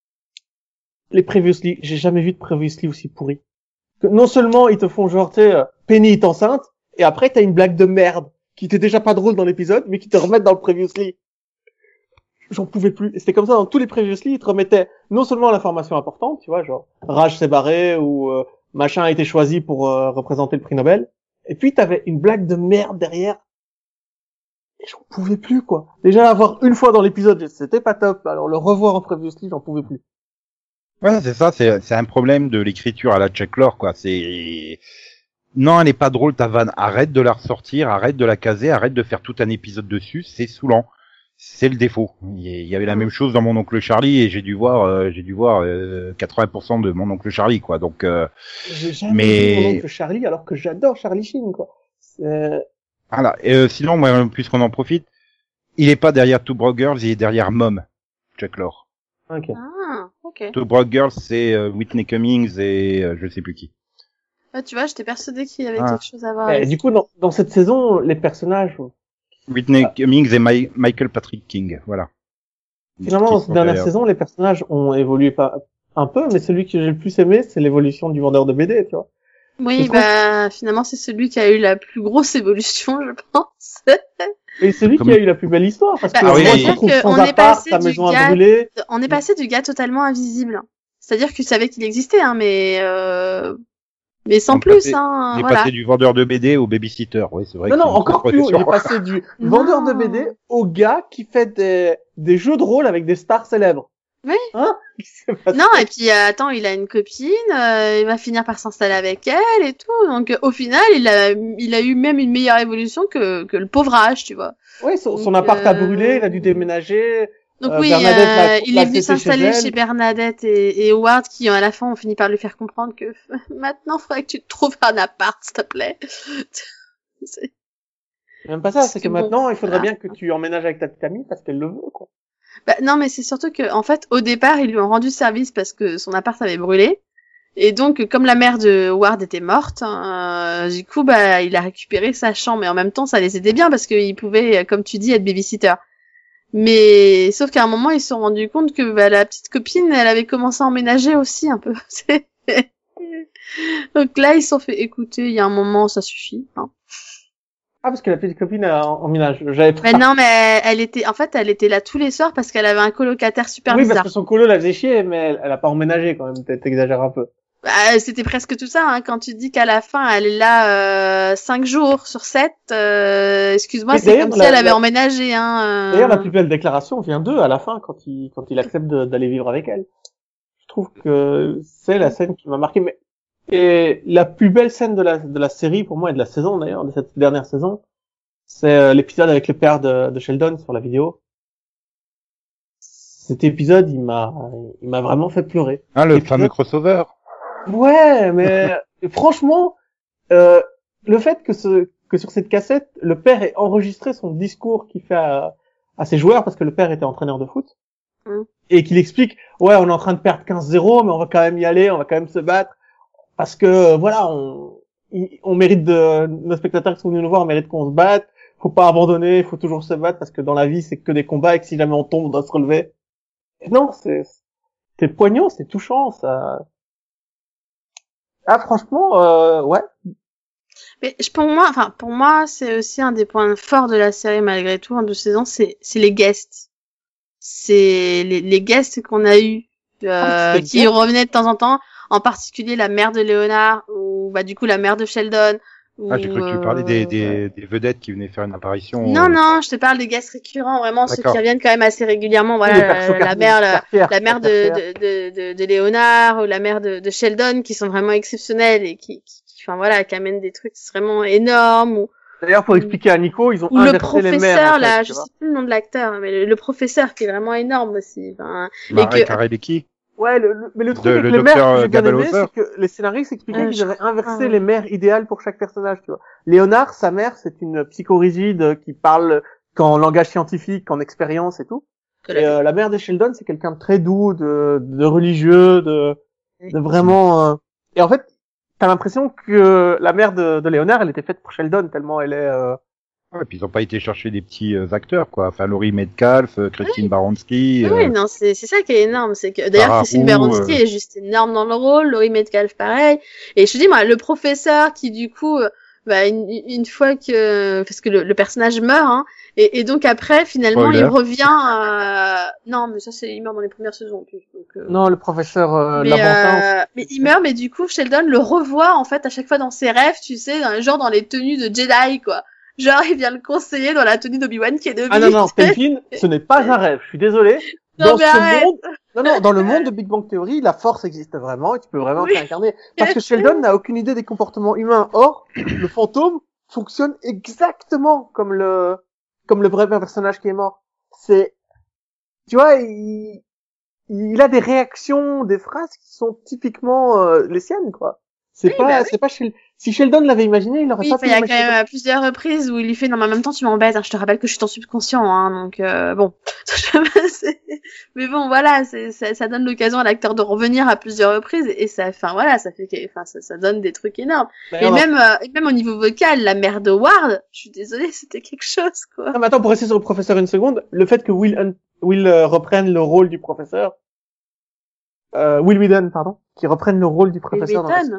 les previously, j'ai jamais vu de previously aussi pourri. Que non seulement ils te font genre, tu sais, euh, Penny est enceinte, et après t'as une blague de merde, qui était déjà pas drôle dans l'épisode, mais qui te remettent dans le previously. J'en pouvais plus. Et c'était comme ça dans tous les previously, ils te remettaient non seulement l'information importante, tu vois, genre, Raj s'est barré, ou euh, machin a été choisi pour euh, représenter le prix Nobel, et puis t'avais une blague de merde derrière. Et j'en pouvais plus, quoi. Déjà, l'avoir une fois dans l'épisode, c'était pas top. Alors, le revoir en previously, j'en pouvais plus. Ouais, c'est ça, c'est, c'est un problème de l'écriture à la Chuck Lorre, quoi. C'est, non, elle est pas drôle, ta vanne. Arrête de la ressortir, arrête de la caser, arrête de faire tout un épisode dessus, c'est saoulant. C'est le défaut. Il y avait la même chose dans Mon Oncle Charlie et j'ai dû voir, euh, j'ai dû voir euh, quatre-vingts pour cent de Mon Oncle Charlie, quoi. Donc, euh, J'ai jamais mais... vu Mon Oncle Charlie, alors que j'adore Charlie Sheen, quoi. C'est... Voilà. Et, euh, sinon, moi, puisqu'on en profite, il est pas derrière Two Broke Girls, il est derrière Mom, Chuck Lorre. Ok. Ah, ok. Two Broke Girls, c'est euh, Whitney Cummings et euh, je sais plus qui. Ah, tu vois, j'étais persuadée qu'il y avait Ah. quelque chose à voir. Et avec du coup, dans, dans cette saison, les personnages, Whitney Ah. Cummings et My- Michael Patrick King, voilà. finalement, dans Qui cette sont dernière derrière. saison, les personnages ont évolué pas un peu, mais celui que j'ai le plus aimé, c'est l'évolution du vendeur de B D, tu vois. Oui, Je trouve- bah finalement c'est celui qui a eu la plus grosse évolution, je pense. Et c'est lui Comme- qui a eu la plus belle histoire, parce Bah, que Ah oui, moi, oui. je retrouve C'est-à-dire sans qu'on est appart, passé sa du maison gars- à brûler. On est passé du gars totalement invisible. C'est-à-dire qu'il savait qu'il existait, hein, mais euh... mais sans On est plus, passé- hein. Il est Voilà. passé du vendeur de B D au babysitter, oui, c'est vrai. Non, que non, c'est une encore grosse plus haut. Il est progression. passé du Non. vendeur de B D au gars qui fait des, des jeux de rôle avec des stars célèbres. Oui. Hein? Qu'est-ce qui s'est passé? Non, et puis euh, attends, il a une copine, euh, il va finir par s'installer avec elle et tout. Donc euh, au final, il a il a eu même une meilleure évolution que que le pauvre H, tu vois. Oui, son, son Donc, appart a euh, brûlé, il a dû déménager. Donc Euh, oui, Bernadette euh, l'a- il l'a est venu fait chez s'installer elle. chez Bernadette et, et Howard qui à la fin ont fini par lui faire comprendre que maintenant faudrait que tu te trouves un appart, s'il te plaît. C'est- Même pas ça, c'est que C'est bon. maintenant, il faudrait Voilà. bien que tu emménages avec ta petite amie parce qu'elle le veut, quoi. Bah, non, mais c'est surtout que en fait, au départ, ils lui ont rendu service parce que son appart avait brûlé. Et donc, comme la mère de Howard était morte, euh, du coup, bah, il a récupéré sa chambre. Mais en même temps, ça les aidait bien parce qu'il pouvait, comme tu dis, être babysitter. Mais sauf qu'à un moment, ils se sont rendus compte que bah, la petite copine, elle avait commencé à emménager aussi un peu. C'est- donc là, ils se sont fait écouter. Il y a un moment, ça suffit. Hein. Ah, parce que la petite copine a emménage. J'avais pas. Mais non, mais elle était, en fait, elle était là tous les soirs parce qu'elle avait un colocataire super oui, parce bizarre. que son colo la faisait chier, mais elle, elle a pas emménagé quand même. T'exagères un peu. Bah, c'était presque tout ça, hein, quand tu dis qu'à la fin, elle est là euh, cinq jours sur sept, euh, excuse-moi, Mais c'est d'ailleurs, comme la- si elle avait la- emménagé. Hein, euh. D'ailleurs, la plus belle déclaration vient d'eux à la fin quand il quand il accepte de- d'aller vivre avec elle. Je trouve que c'est la scène qui m'a marqué. Mais et la plus belle scène de la de la série pour moi et de la saison d'ailleurs de cette dernière saison, c'est euh, l'épisode avec le père de, de Sheldon sur la vidéo. Cet épisode, il m'a il m'a vraiment fait pleurer. Ah, le Et puis fameux là- crossover. Ouais, mais franchement, euh, le fait que ce que sur cette cassette, le père ait enregistré son discours qu'il fait à, à ses joueurs, parce que le père était entraîneur de foot, Mm. et qu'il explique, ouais, on est en train de perdre quinze zéro, mais on va quand même y aller, on va quand même se battre, parce que euh, voilà, on il- on mérite de nos spectateurs qui sont venus nous voir, on mérite qu'on se batte, faut pas abandonner, faut toujours se battre, parce que dans la vie c'est que des combats et que si jamais on tombe, on doit se relever. Et non, c'est c'est poignant, c'est touchant, ça. Ah franchement, euh, ouais. Mais je- pour moi, enfin pour moi, c'est aussi un des points forts de la série malgré tout en deux saisons, c'est c'est les guests, c'est les, les guests qu'on a eu, euh, Ah, c'était qui bien. revenaient de temps en temps, en particulier la mère de Léonard ou bah du coup la mère de Sheldon. Ah, j'ai cru que tu parlais des, euh, des, des vedettes qui venaient faire une apparition. Non, euh, non, je te parle des guests récurrents, vraiment ceux D'accord. qui reviennent quand même assez régulièrement. Les Voilà, persos la, la car- mère, la, cartières, la mère de, cartières. de, de, de, de Léonard ou la mère de, de Sheldon qui sont vraiment exceptionnelles et qui, qui, qui- enfin voilà, qui amènent des trucs vraiment énormes. Ou, D'ailleurs, pour expliquer à Nico, ils ont ou le inversé les mères. professeur, en fait, là, tu je vois. sais plus le nom de l'acteur, mais le, le professeur qui est vraiment énorme aussi. Enfin, Marek et que- Karelecki. Ouais, le, le, mais le truc De- avec le les mères docteur que j'ai bien aimé, Gabaloser. c'est que les scénaristes expliquaient Euh, qu'ils je avaient crois, inversé ouais. les mères idéales pour chaque personnage, tu vois. Léonard, sa mère, c'est une psychorigide qui parle qu'en langage scientifique, qu'en expérience et tout. Et euh, la mère de Sheldon, c'est quelqu'un de très doux, de, de religieux, de, de vraiment... Euh... Et en fait, t'as l'impression que la mère de, de Léonard, elle était faite pour Sheldon, tellement elle est... Euh... Ouais, puis ils ont pas été chercher des petits euh, acteurs, quoi. Enfin, Laurie Metcalf, euh, Christine Baranski. Oui, euh, oui, non, c'est c'est ça qui est énorme, c'est que d'ailleurs Sarah Christine Roux, Baranski euh. est juste énorme dans le rôle, Laurie Metcalf pareil, et je te dis moi le professeur qui du coup euh, bah une, une fois que parce que le, le personnage meurt hein, et, et donc après finalement Spoiler. il revient euh... non mais ça c'est il meurt dans les premières saisons en plus donc euh... Non, le professeur euh, mais Labantin, euh, mais il meurt mais du coup Sheldon le revoit en fait à chaque fois dans ses rêves, tu sais, dans, genre dans les tenues de Jedi quoi. Genre, il vient le conseiller dans la tenue d'Obi-Wan Kenobi. Ah non, non, Delphine, ce n'est pas un rêve, je suis désolé. Non, Dans mais ce arrête. monde, non, non, dans le monde de Big Bang Theory, la force existe vraiment et tu peux vraiment Oui. te réincarner. Parce que Sheldon n'a aucune idée des comportements humains. Or, le fantôme fonctionne exactement comme le, comme le vrai personnage qui est mort. C'est, tu vois, il, il a des réactions, des phrases qui sont typiquement euh, les siennes, quoi. C'est Oui, pas, bah oui. c'est pas Shel- si Sheldon l'avait imaginé, il aurait Oui, pas enfin, pu il y a quand l'imaginer. même à plusieurs reprises où il lui fait non mais en même temps tu m'embêtes, hein, je te rappelle que je suis ton subconscient, hein, donc euh, bon. Mais bon voilà, c'est, ça, ça donne l'occasion à l'acteur de revenir à plusieurs reprises et ça, enfin voilà, ça fait, que, enfin ça, ça donne des trucs énormes. Et D'ailleurs, même, euh, et même au niveau vocal, la mère de Ward, je suis désolée, c'était quelque chose quoi. non, mais attends, pour rester sur le professeur une seconde, le fait que Will, Hunt- Will euh, reprenne le rôle du professeur, euh, Will Whedon, pardon, qui reprenne le rôle du Il professeur dans la m'étonne.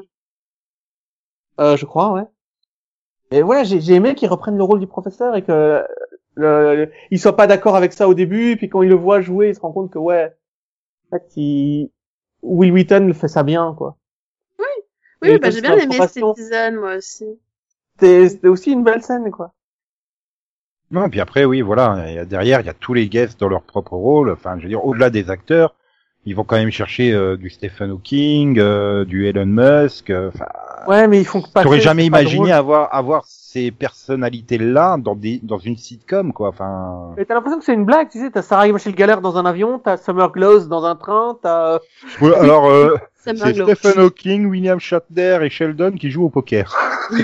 Euh, je crois, ouais. Et voilà, j'ai, j'ai aimé qu'ils reprennent le rôle du professeur et que le, le- il soit pas d'accord avec ça au début, et puis quand il le voit jouer, il se rend compte que ouais, en fait, il... Will Wheaton fait ça bien, quoi. Oui, Et bah comme j'ai c'est bien la aimé cet formation, épisode moi aussi. C'était, c'était aussi une belle scène, quoi. Non, puis après, oui, voilà, il y a derrière, il y a tous les guests dans leur propre rôle. Enfin, je veux dire, au-delà des acteurs, ils vont quand même chercher euh, du Stephen Hawking, euh, du Elon Musk. euh, Enfin, Ouais, mais ils font pas. j'aurais jamais imaginé avoir avoir ces personnalités-là dans des dans une sitcom, quoi. Enfin, Mais t'as l'impression que c'est une blague, tu sais, t'as Sarah Michelle Gellar dans un avion, t'as Summer Gloss dans un train, t'as... ouais, alors euh, Ça c'est m'a glauque. Stephen Hawking, William Shatner et Sheldon qui jouent au poker.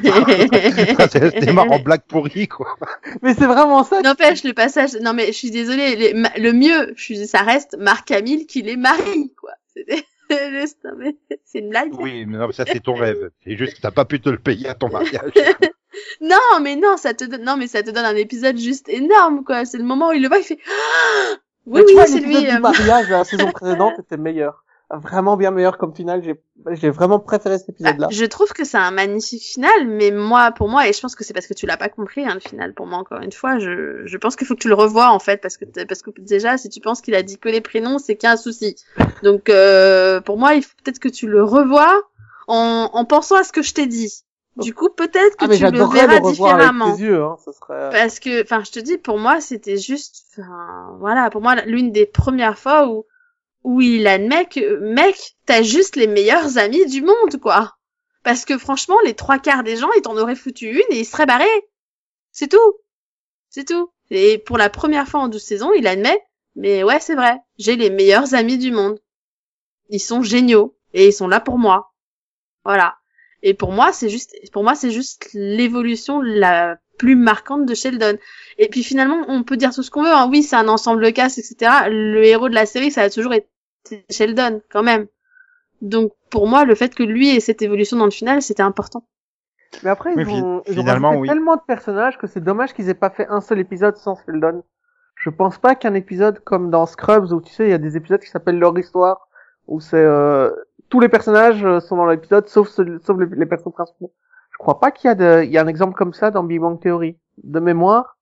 C'est des marrants blagues pourries, quoi. Mais c'est vraiment ça. N'empêche le passage. Non mais je suis désolée. les- ma- Le mieux, je suis, ça reste Marc Hamill qui les marie quoi. C'était- non, mais c'est une blague. Oui, mais non, ça c'est ton rêve. C'est juste que t'as pas pu te le payer à ton mariage. Non mais non, ça te donne. Non mais ça te donne un épisode juste énorme quoi. C'est le moment où il le voit, il fait. Ah oui Mais tu oui vois, c'est l'épisode lui. du euh, mariage de la saison précédente était meilleur. Vraiment bien meilleur comme finale. J'ai, j'ai vraiment préféré cet Bah, épisode-là. je trouve que c'est un magnifique final, mais moi, pour moi, et je pense que c'est parce que tu l'as pas compris, hein, le final, pour moi, encore une fois, je, je pense qu'il faut que tu le revoies, en fait, parce que, t'es- parce que déjà, si tu penses qu'il a dit que les prénoms, c'est qu'il y a un souci. Donc, euh, pour moi, il faut peut-être que tu le revoies en, en pensant à ce que je t'ai dit. Du coup, peut-être que Ah, mais tu le j'adorerais verras le revoir différemment. avec tes yeux, hein. Ça serait... Parce que, enfin, je te dis, pour moi, c'était juste, enfin, voilà, pour moi, l'une des premières fois où, où il admet que, mec, t'as juste les meilleurs amis du monde, quoi. Parce que franchement, les trois quarts des gens, ils t'en auraient foutu une et ils seraient barrés. C'est tout. C'est tout. Et pour la première fois en douze saisons, il admet, mais ouais, c'est vrai, j'ai les meilleurs amis du monde. Ils sont géniaux et ils sont là pour moi. Voilà. Et pour moi, c'est juste, pour moi, c'est juste l'évolution la plus marquante de Sheldon. Et puis finalement, on peut dire tout ce qu'on veut, hein. Oui, c'est un ensemble de casse, et cetera. Le héros de la série, ça a toujours été Sheldon, quand même. Donc, pour moi, le fait que lui ait cette évolution dans le final, c'était important. Mais après, Oui, ils ont, ils ont finalement, rajouté oui. tellement de personnages que c'est dommage qu'ils aient pas fait un seul épisode sans Sheldon. Je pense pas qu'un épisode comme dans Scrubs, où tu sais, il y a des épisodes qui s'appellent leur histoire, où c'est, euh, tous les personnages euh, sont dans l'épisode, sauf ceux- sauf les, les personnages principaux. Je crois pas qu'il y a de, il y a un exemple comme ça dans Big Bang Theory. De mémoire,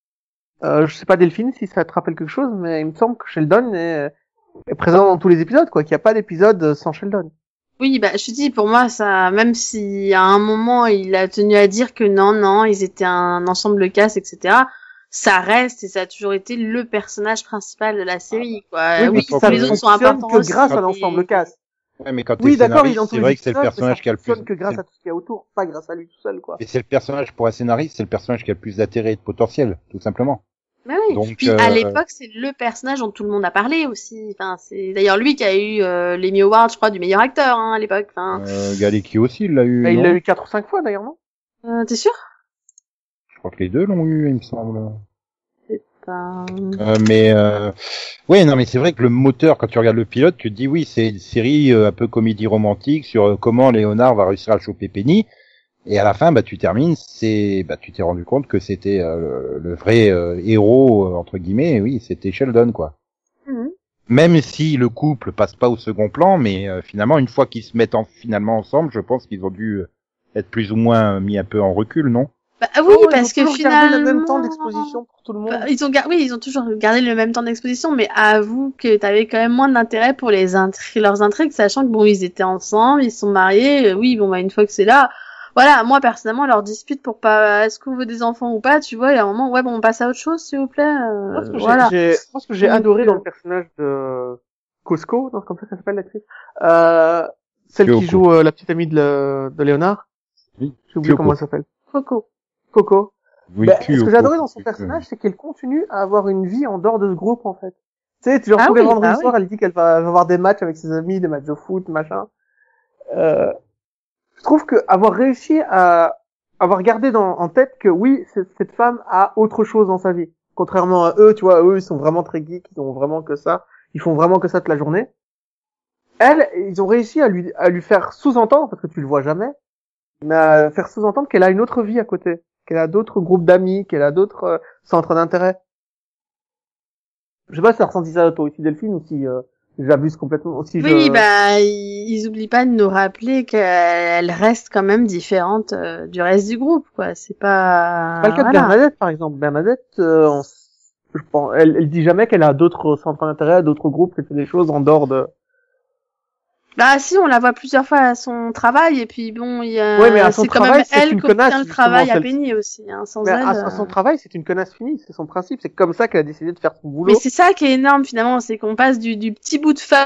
euh, je sais pas Delphine si ça te rappelle quelque chose, mais il me semble que Sheldon est, est présent dans tous les épisodes, quoi, qu'il n'y a pas d'épisode sans Sheldon. Oui, bah, je te dis, pour moi, ça, même si à un moment, il a tenu à dire que non, non, ils étaient un ensemble de casse, et cetera, ça reste et ça a toujours été le personnage principal de la série, quoi. Oui, Oui, mais tous ça les ne autres sont fonctionne importants que aussi. grâce à mais- l'ensemble casse. Ouais, mais quand t'es Oui, d'accord, il scénariste, est dans tous c'est les vrai que c'est le épisodes, mais personnage ça qui a le plus. fonctionne que grâce à tout ce qu'il y a autour, pas grâce à lui tout seul, quoi. Et c'est le personnage pour un scénariste, c'est le personnage qui a le plus d'intérêt et de potentiel, tout simplement. Mais oui, oui. Donc, Puis euh, à l'époque, c'est le personnage dont tout le monde a parlé aussi. Enfin, c'est d'ailleurs lui qui a eu euh, l'Emmy Award, je crois, du meilleur acteur hein, à l'époque. Enfin, euh, Galecki aussi, il l'a eu. Bah, il non l'a eu quatre ou cinq fois d'ailleurs, non? euh, t'es sûr? Je crois que les deux l'ont eu, il me semble. Enfin... Euh, mais euh... ouais, non, mais c'est vrai que le moteur, quand tu regardes le pilote, tu te dis oui, c'est une série euh, un peu comédie romantique sur euh, comment Léonard va réussir à choper Penny. Et à la fin, bah tu termines, c'est, bah tu t'es rendu compte que c'était euh, le, le vrai euh, héros euh, entre guillemets. Et oui, c'était Sheldon, quoi. Mm-hmm. Même si le couple passe pas au second plan, mais euh, finalement, une fois qu'ils se mettent en, finalement ensemble, je pense qu'ils ont dû être plus ou moins mis un peu en recul, non? Bah, oui, Oh, parce ils ont que toujours gardé finalement, le même temps d'exposition pour tout le monde. Bah, ils ont gar... oui, ils ont toujours gardé le même temps d'exposition, mais avoue que t'avais quand même moins d'intérêt pour les intri... leurs intrigues, sachant que bon, ils étaient ensemble, ils sont mariés. Euh, oui, bon, bah une fois que c'est là, voilà. Moi personnellement, leur dispute pour pas, est-ce qu'on veut des enfants ou pas, tu vois, il y a un moment, ouais, bon, on passe à autre chose, s'il vous plaît. Euh, Moi, ce que voilà. j'ai, j'ai... Moi, ce que j'ai Donc, adoré euh... dans le personnage de Cosco, non, c'est comme ça qu'elle s'appelle l'actrice, euh, celle Kyoko. qui joue euh, la petite amie de, le... de Léonard. Oui. J'ai oublié Kyoko. comment elle s'appelle. Coco. Coco. Oui, Ben, ce Kyoko. que j'ai adoré dans son personnage, c'est qu'elle continue à avoir une vie en dehors de ce groupe, en fait. Tu sais, genre, Ah tous les oui, vendredis bah soirs, elle dit qu'elle va, elle va avoir des matchs avec ses amis, des matchs de foot, machin. Euh, je trouve que avoir réussi à avoir gardé dans, en tête que oui, c- cette femme a autre chose dans sa vie. Contrairement à eux, tu vois, eux, ils sont vraiment très geeks, ils ont vraiment que ça. Ils font vraiment que ça toute la journée. Elle, ils ont réussi à lui, à lui faire sous-entendre, parce que tu le vois jamais, mais à faire sous-entendre qu'elle a une autre vie à côté. Qu'elle a d'autres groupes d'amis, qu'elle a d'autres euh, centres d'intérêt. Je sais pas si t'as ressenti ça toi aussi, Delphine, ou si euh, j'abuse complètement. Aussi, Oui, je... bah ils, ils oublient pas de nous rappeler qu'elle reste quand même différente euh, du reste du groupe, quoi. C'est pas. C'est pas le cas de voilà. Bernadette, par exemple. Bernadette, euh, on s- je pense, elle, elle dit jamais qu'elle a d'autres centres d'intérêt, d'autres groupes, qu'elle fait des choses en dehors de. Bah si, on la voit plusieurs fois à son travail et puis bon, il y a Ouais, mais à son c'est quand travail, même c'est elle une qui obtient connasse, le justement, travail à celle-ci. Penny aussi, hein, sans Mais elle. à, à son euh. travail, c'est une connasse finie, c'est son principe. C'est comme ça qu'elle a décidé de faire son boulot. Mais c'est ça qui est énorme finalement, c'est qu'on passe du, du petit bout de femme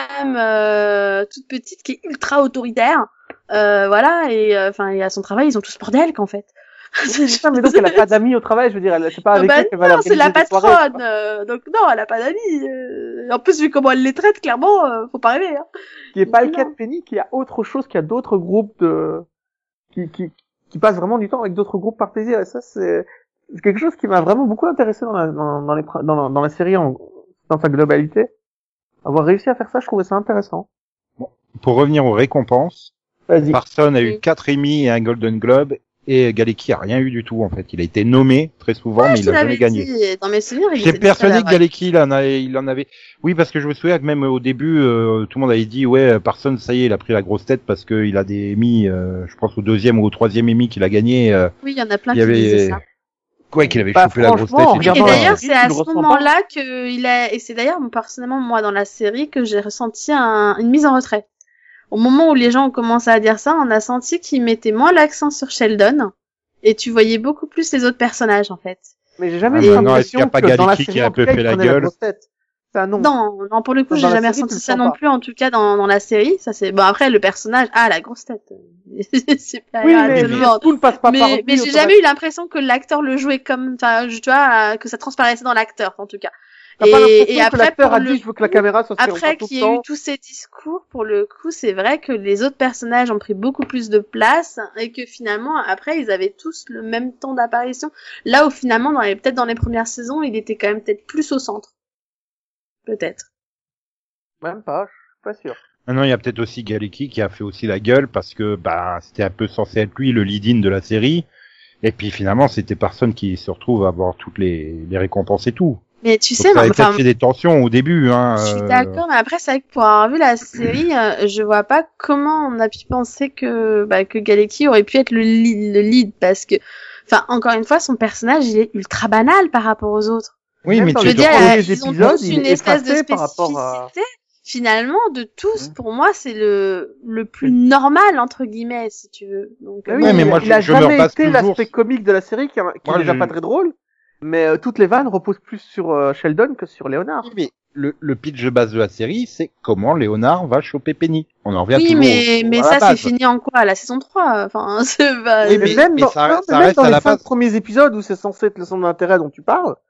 euh, toute petite qui est ultra autoritaire, euh, voilà, et enfin et à son travail ils ont tous peur d'elle qu'en fait. Oui, c'est ça, mais donc elle a pas d'amis au travail, je veux dire, elle, c'est pas Ah avec bah elle qu'elle va non, c'est la organiser des soirées, patronne, tu vois. euh, donc non, elle a pas d'amis. Euh... En plus vu comment elle les traite, clairement, euh, faut pas rêver. Hein. Qui est pas le Non. cas de Penny, qui a autre chose, qui a d'autres groupes de, qui, qui, qui passe vraiment du temps avec d'autres groupes par plaisir. Et ça, c'est, c'est quelque chose qui m'a vraiment beaucoup intéressé dans la, dans, dans les, dans la, dans la série en, dans sa globalité. Avoir réussi à faire ça, je trouvais ça intéressant. Pour revenir aux récompenses, Vas-y. Parson a eu Oui. quatre Emmy et un Golden Globe, et Galecki a rien eu du tout, en fait. Il a été nommé très souvent, Ouais, mais je il te a jamais l'avais gagné. dit, dans mes souvenirs, il J'étais était persuadé très que Galecki, il en avait, il en avait. Oui, parce que je me souviens que même au début, euh, tout le monde avait dit, ouais, Parsons, ça y est, il a pris la grosse tête parce qu'il a des Emmy, euh, je pense au deuxième ou au troisième Emmy qu'il a gagné. Euh, Oui, il y en a plein il qui y disaient avait, ça. ouais, qu'il avait Bah, chopé la grosse franchement, en tête. Et regardant la d'ailleurs, série, c'est tu à le ce ressens moment-là que il a, et c'est d'ailleurs, personnellement, moi, dans la série, que j'ai ressenti un... une mise en retrait. Au moment où les gens ont commencé à dire ça, on a senti qu'ils mettaient moins l'accent sur Sheldon, et tu voyais beaucoup plus les autres personnages, en fait. Mais j'ai jamais Ah, eu mais non, est-ce qu'il y l'impression a pas que dans la Galecki série, qui a en un tout peu cas, fait il la prenait la gueule? grosse tête. Ça, non. Non, non, pour le coup, Dans j'ai la jamais série, tu ressenti le ça sens non pas. plus, en tout cas, dans, dans la série. Ça, c'est, bon, après, le personnage, ah, la grosse tête. C'est pas Oui, à mais tout le monde. tout ne passe pas par Mais, lui. mais j'ai automatiquement. jamais eu l'impression que l'acteur le jouait comme, enfin, je- tu vois, euh, que ça transparaissait dans l'acteur, en tout cas. T'as pas l'impression Et, et que après, l'acteur pour a le dit, je veux que la coup, caméra soit sur après moi tout qu'il le y ait eu temps. tous ces discours, pour le coup, c'est vrai que les autres personnages ont pris beaucoup plus de place et que finalement, après, ils avaient tous le même temps d'apparition. Là où finalement, dans les, peut-être dans les premières saisons, il était quand même peut-être plus au centre. Peut-être. Même pas, je suis pas sûr. Maintenant, il y a peut-être aussi Galecki qui a fait aussi la gueule parce que, bah, c'était un peu censé être lui le lead-in de la série. Et puis finalement, c'était personne qui se retrouve à avoir toutes les, les récompenses et tout. Mais tu Donc, sais, ça moi, avait enfin, peut-être fait des tensions au début, hein. je suis euh, d'accord, mais après, c'est vrai que pour avoir vu la série, euh, je vois pas comment on a pu penser que, bah, que Galecki aurait pu être le lead, le lead, parce que, enfin, encore une fois, son personnage, il est ultra banal par rapport aux autres. Oui, Même mais dans tu Je veux te dire, rends- euh, premiers ils ont épisodes, tous il une est espèce de effacé par rapport spécificité. à- Finalement, de tous, Mm. pour moi, c'est le, le plus normal, entre guillemets, si tu veux. Donc, Mais euh, oui, Ouais, mais il, moi, il je- a je me jamais rebase été toujours l'aspect sur- comique de la série qui, qui Moi, est déjà je- pas très drôle. Mais euh, toutes les vannes reposent plus sur euh, Sheldon que sur Léonard. Oui, mais le, le pitch de base de la série, c'est comment Léonard va choper Penny. On en revient oui, toujours mais, au- mais à la ça, c'est base. fini en quoi? À la saison trois. Enfin, c'est pas... Oui, Mais, mais- même mais dans, ça- non, ça mais même reste dans à les la cinq base. premiers épisodes où c'est censé être le centre d'intérêt dont tu parles,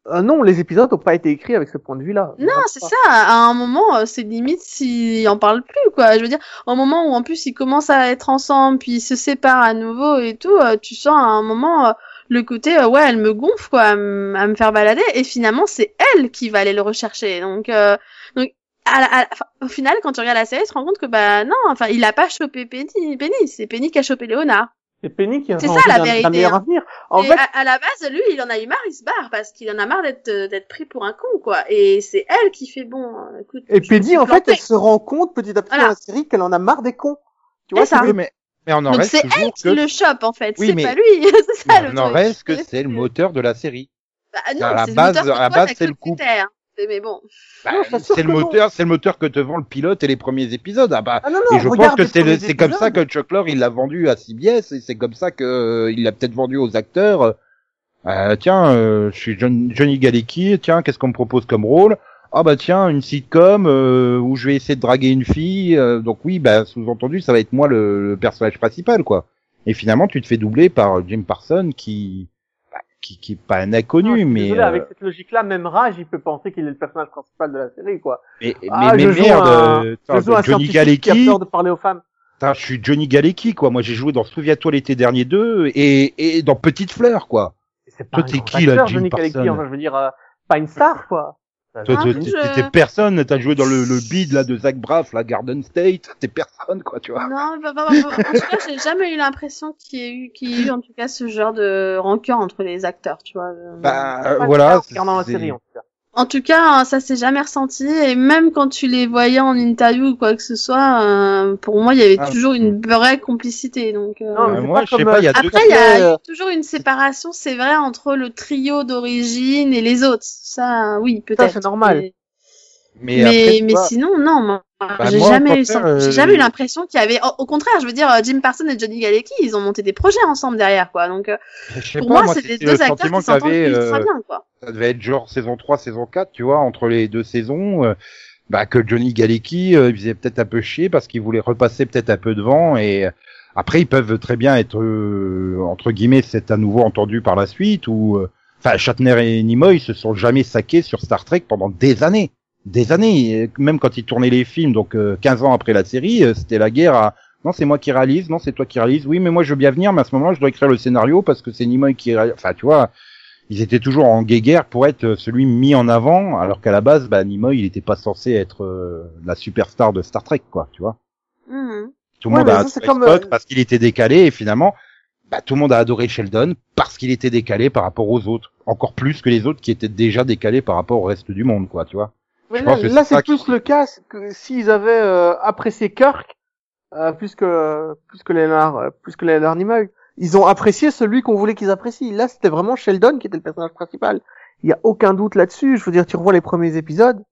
Euh, non, les épisodes n'ont pas été écrits avec ce point de vue-là. Non, c'est ça. À un moment, euh, c'est limite s'ils en parlent plus, quoi. Je veux dire, au moment où en plus ils commencent à être ensemble, puis ils se séparent à nouveau et tout, euh, tu sens à un moment euh, le côté, euh, ouais, elle me gonfle, quoi, à, m- à me faire balader. Et finalement, c'est elle qui va aller le rechercher. Donc, euh, donc, à la- à la- enfin, au final, quand tu regardes la série, tu te rends compte que bah non, enfin, il a pas chopé Penny, Penny, c'est Penny qui a chopé Léonard. C'est Penny qui a C'est envie ça, la d'un, vérité, d'un meilleur hein. avenir. En Et fait, à, à la base, lui, il en a eu marre, il se barre parce qu'il en a marre d'être euh, d'être pris pour un con, quoi. Et c'est elle qui fait bon. euh, Écoute, et je me Penny, suis en fait, plantée. elle se rend compte petit à petit Voilà. dans la série qu'elle en a marre des cons. Tu C'est vois, ça. c'est Oui, mais, mais on en Donc reste c'est toujours elle qui que, le chope en fait, Oui, c'est mais- pas lui. C'est ça mais le on en truc. reste que c'est le moteur de la série. Bah, non, À la c'est base- le moteur à la que toi, base, t'as c'est cru le que couple. c'était, hein. Mais mais bon. Bah, Non, je t'assure c'est le que non. moteur, c'est le moteur que te vend le pilote et les premiers épisodes. Ah bah, Ah non, non, et je pense regarde que les c'est, le- premiers c'est comme ça épisodes. que Chuck Lorre il l'a vendu à C B S et c'est comme ça que euh, il l'a peut-être vendu aux acteurs. Euh, tiens, euh, je suis John- Johnny Galecki. Tiens, qu'est-ce qu'on me propose comme rôle? Ah bah tiens, une sitcom euh, où je vais essayer de draguer une fille. euh, donc oui, bah sous-entendu, ça va être moi le, le personnage principal, quoi. Et finalement, tu te fais doubler par Jim Parsons qui, bah, qui, qui est pas un Non, je inconnu, suis mais, désolé, euh, avec cette logique-là, même Raj, il peut penser qu'il est le personnage principal de la série, quoi. mais, Ah, mais, je mais joue merde, un- euh, Je attends, joue un Johnny scientifique qui a Galecki. peur de parler aux femmes. Putain, je suis Johnny Galecki, quoi. Moi, j'ai joué dans Souviens-toi l'été dernier deux et, et dans Petite Fleur, quoi. C'est pas Toi, un t'es grand qui, là, acteur, Jim Johnny Galecki, Parsons enfin, je veux dire, euh, pas une star, quoi. Toi, Ah, toi, bon, t'es- je- t'es personne. T'as joué dans le, le bid, là, de Zach Braff, la Garden State. T'es personne, quoi, tu vois. Non, bah, bah, bah, bah, en tout cas, j'ai jamais eu l'impression qu'il y ait eu, qu'il y ait eu en tout cas ce genre de rancœur entre les acteurs, tu vois. Je- Bah, Pas euh, le voilà. cas en regardant la c'est- série, en tout cas. En tout cas, hein, ça s'est jamais ressenti et même quand tu les voyais en interview ou quoi que ce soit, euh, pour moi, il y avait Ah. toujours une vraie complicité. Donc, euh, Non, mais Euh, c'est moi, pas je sais comme, pas, il y a euh, deux- après, il y a euh, eu toujours une séparation, c'est vrai, entre le trio d'origine et les autres. Ça, oui, peut-être. c'est normal. Mais, Mais, mais, après, tu mais vois, sinon, non, moi, Bah, j'ai moi, au jamais eu, contraire, senti- j'ai euh, jamais eu l'impression qu'il y avait. Au, au contraire, je veux dire, Jim Parsons et Johnny Galecki, ils ont monté des projets ensemble derrière, quoi. Donc, euh, je sais pour pas, moi, moi, c'est c'est des c'est deux le acteurs sentiment qui que s'entendent j'avais, ultra euh, bien, quoi. ça devait être genre saison trois, saison quatre, tu vois, entre les deux saisons, euh, bah, que Johnny Galecki, euh, il faisait peut-être un peu chier parce qu'il voulait repasser peut-être un peu devant et euh, après, ils peuvent très bien être, euh, entre guillemets, c'est à nouveau entendu par la suite ou, euh, enfin, Shatner et Nimoy se sont jamais saqués sur Star Trek pendant des années. Des années, et même quand ils tournaient les films, donc euh, quinze ans après la série, euh, c'était la guerre à non, c'est moi qui réalise, non, c'est toi qui réalise. Oui, mais moi je veux bien venir, mais à ce moment-là, je dois écrire le scénario parce que c'est Nimoy qui réalise. Enfin, tu vois, ils étaient toujours en guéguerre pour être celui mis en avant, alors qu'à la base, bah Nimoy, il était pas censé être euh, la superstar de Star Trek, quoi, tu vois. Mhm. Tout le Ouais, monde mais a ça, adoré c'est comme, Spock euh, parce qu'il était décalé et finalement, bah tout le monde a adoré Sheldon parce qu'il était décalé par rapport aux autres, encore plus que les autres qui étaient déjà décalés par rapport au reste du monde, quoi, tu vois. Mais Je là, pense que là, c'est ça c'est plus qui- le cas c'est que s'ils avaient euh, apprécié Kirk euh, plus que plus que Leonard, euh, plus que Leonard Nimoy, ils ont apprécié celui qu'on voulait qu'ils apprécient. Là, c'était vraiment Sheldon qui était le personnage principal. Il y a aucun doute là-dessus. Je veux dire, tu revois les premiers épisodes,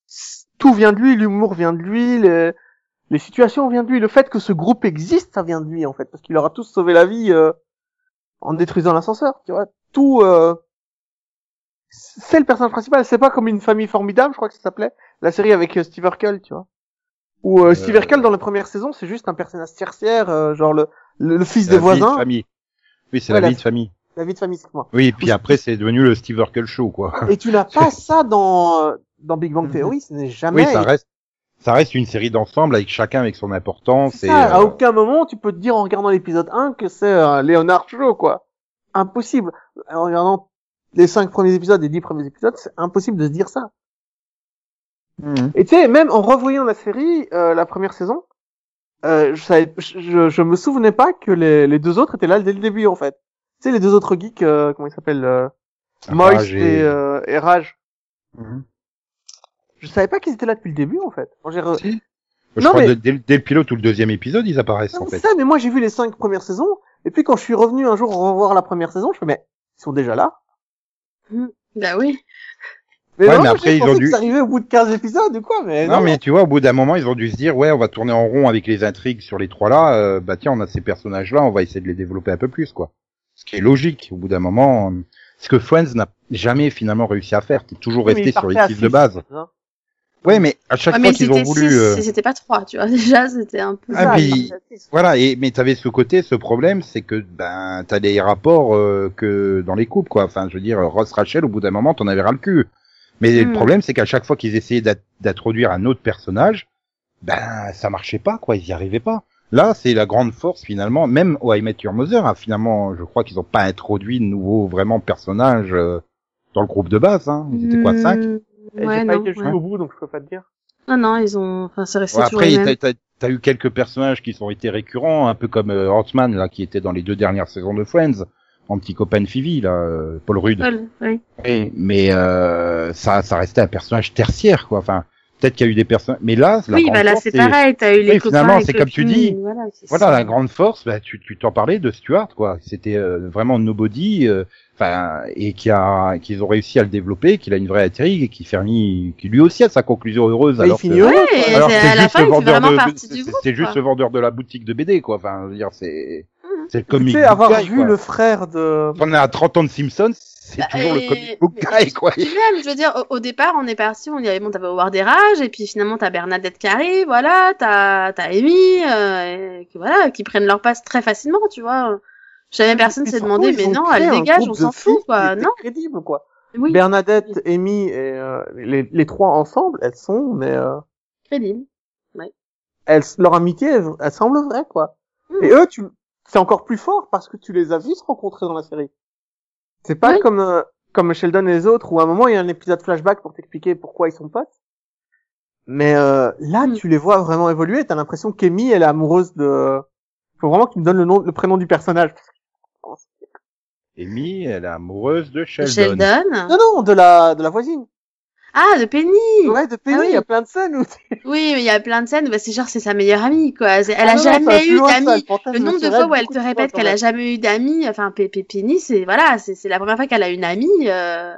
tout vient de lui, l'humour vient de lui, les, les situations viennent de lui, le fait que ce groupe existe, ça vient de lui en fait, parce qu'il leur a tous sauvé la vie euh, en détruisant l'ascenseur. Tu vois, tout. Euh, c'est le personnage principal, c'est pas comme Une famille formidable, je crois que ça s'appelait, la série avec euh, Steve Urkel, tu vois. Où euh, Steve Euh, Urkel dans la première saison, c'est juste un personnage tertiaire, euh, genre le, le, le fils La des vie de voisins, famille. Oui, c'est Ouais, la la- vie de famille. la vie de famille, c'est moi. Oui, et puis après, c'est devenu le Steve Urkel Show, quoi. Et tu n'as pas ça dans euh, dans Big Bang Theory, ce n'est jamais. Oui, ça reste, ça reste une série d'ensemble avec chacun avec son importance. C'est et, ça, à euh, aucun moment tu peux te dire en regardant l'épisode un que c'est un Leonard Show, quoi. Impossible. En regardant les cinq premiers épisodes et dix premiers épisodes, c'est impossible de se dire ça. Mhm. Et tu sais, même en revoyant la série, euh, la première saison, euh, je, savais, je, je, je me souvenais pas que les, les deux autres étaient là dès le début, en fait. Tu sais, les deux autres geeks, euh, comment ils s'appellent, euh, Moist Raj et, et- euh, et Raj. Mhm. Je savais pas qu'ils étaient là depuis le début, en fait. Quand j'ai re- Si. Je Non, crois mais- que dès, dès le pilote ou le deuxième épisode, ils apparaissent, Non, en c'est fait. ça, mais moi j'ai vu les cinq premières saisons, et puis quand je suis revenu un jour revoir la première saison, je fais, mais, ils sont déjà là? Bah oui. Mais Ouais, non, mais je après, ils pensais ont que dû- ça arrivait au bout de quinze épisodes ou quoi, mais Non, non. mais tu vois, au bout d'un moment, ils ont dû se dire, ouais, on va tourner en rond avec les intrigues sur les trois là, euh, bah tiens, on a ces personnages-là, on va essayer de les développer un peu plus, quoi. Ce qui est logique, au bout d'un moment, euh, ce que Friends n'a jamais finalement réussi à faire, qui est toujours Oui, mais resté ils sur partaient les à titres de six, base. hein. Ouais, mais à chaque Ouais, fois mais qu'ils ont c'était voulu, six, euh, c'était pas trois, tu vois. Déjà, c'était un peu Ah, ça. puis- voilà, et mais t'avais ce côté, ce problème, c'est que ben t'as des rapports euh, que dans les couples, quoi. Enfin, je veux dire, Ross Rachel, au bout d'un moment, t'en avais ras le cul. Mais le Mm. problème, c'est qu'à chaque fois qu'ils essayaient d'at- d'introduire un autre personnage, ben ça marchait pas, quoi. Ils y arrivaient pas. Là, c'est la grande force finalement. Même How I Met Your Mother, hein, finalement, je crois qu'ils ont pas introduit de nouveaux vraiment personnages euh, dans le groupe de base. Hein. Ils étaient quoi, cinq? Mm, Et Ouais, J'ai pas non, été ouais. jusqu'au bout, donc je peux pas te dire. Non, non, ils ont, enfin, c'est resté Ouais, toujours les après, mêmes. t'as, t'as, t'as eu quelques personnages qui sont été récurrents, un peu comme euh, Hartman, là, qui était dans les deux dernières saisons de Friends, en petit copain de Phoebe, là, euh, Paul Rudd. Paul, oui. Oui, mais euh, ça, ça restait un personnage tertiaire, quoi. Enfin, peut-être qu'il y a eu des personnages, mais là, la Oui, grande bah là, force, c'est pareil. T'as eu les Oui, copains finalement, et c'est comme tu copines, dis. Voilà, qui Voilà, sont- la grande force, bah, tu, tu t'en parlais de Stuart, quoi. C'était euh, vraiment nobody, euh, enfin, et qui a, qu'ils ont réussi à le développer, qu'il a une vraie intrigue et qui finit, qui lui aussi a sa conclusion heureuse. Bah, il alors finit que, heureux, Ouais, quoi. et alors c'est- c'est à la juste fin, le il fait vendeur vraiment de, partie c'est, du c'est- groupe, c'est juste quoi. le vendeur de la boutique de B D, quoi. Enfin, je veux dire, c'est, Mhm. c'est le Tu comic sais, book avoir guy, vu quoi. le frère de... Quand on a trente ans de Simpsons, c'est Bah, toujours le et- comic book mais- guy, quoi. Puis même, je veux dire, au, au départ, on est parti, on y avait, bon, t'avais Howard et Raj, et puis finalement, t'as Bernadette qui arrive, voilà, t'as, t'as Amy, euh, et que, voilà, qui prennent leur place très facilement, tu vois. Jamais personne Et s'est surtout, demandé, ils mais ont non, créé elle un dégage, groupe on de s'en filles fout, quoi. qui Non? était crédible, quoi. Oui. Bernadette, Amy et euh, les, les trois ensemble, elles sont, mais euh, Crédible. elles, leur amitié, elle, elle semble vraie, quoi. Mm. Et eux, tu, c'est encore plus fort parce que tu les as vus se rencontrer dans la série. C'est pas Oui. comme euh, comme Sheldon et les autres où à un moment il y a un épisode flashback pour t'expliquer pourquoi ils sont potes. Mais euh, là, Mm. tu les vois vraiment évoluer. T'as l'impression qu'Amy, elle est amoureuse de. Faut vraiment que tu me donnes le nom, le prénom du personnage. Amy, elle est amoureuse de De Sheldon. Sheldon. Non, non, de la de la voisine. Ah, de Penny. Ouais, de Penny. Ah oui. Il y a plein de scènes où. Oui, mais il y a plein de scènes, bah, c'est genre, c'est sa meilleure amie, quoi. C'est- Elle Ah a non, non, ça va jamais plus eu loin que ça, d'amis. elle fantasme Le nombre de sur fois elle où elle beaucoup te de répète fois, qu'elle quand a même. jamais eu d'amis, enfin, P- P- Penny, c'est, voilà, c'est, c'est la première fois qu'elle a une amie, euh,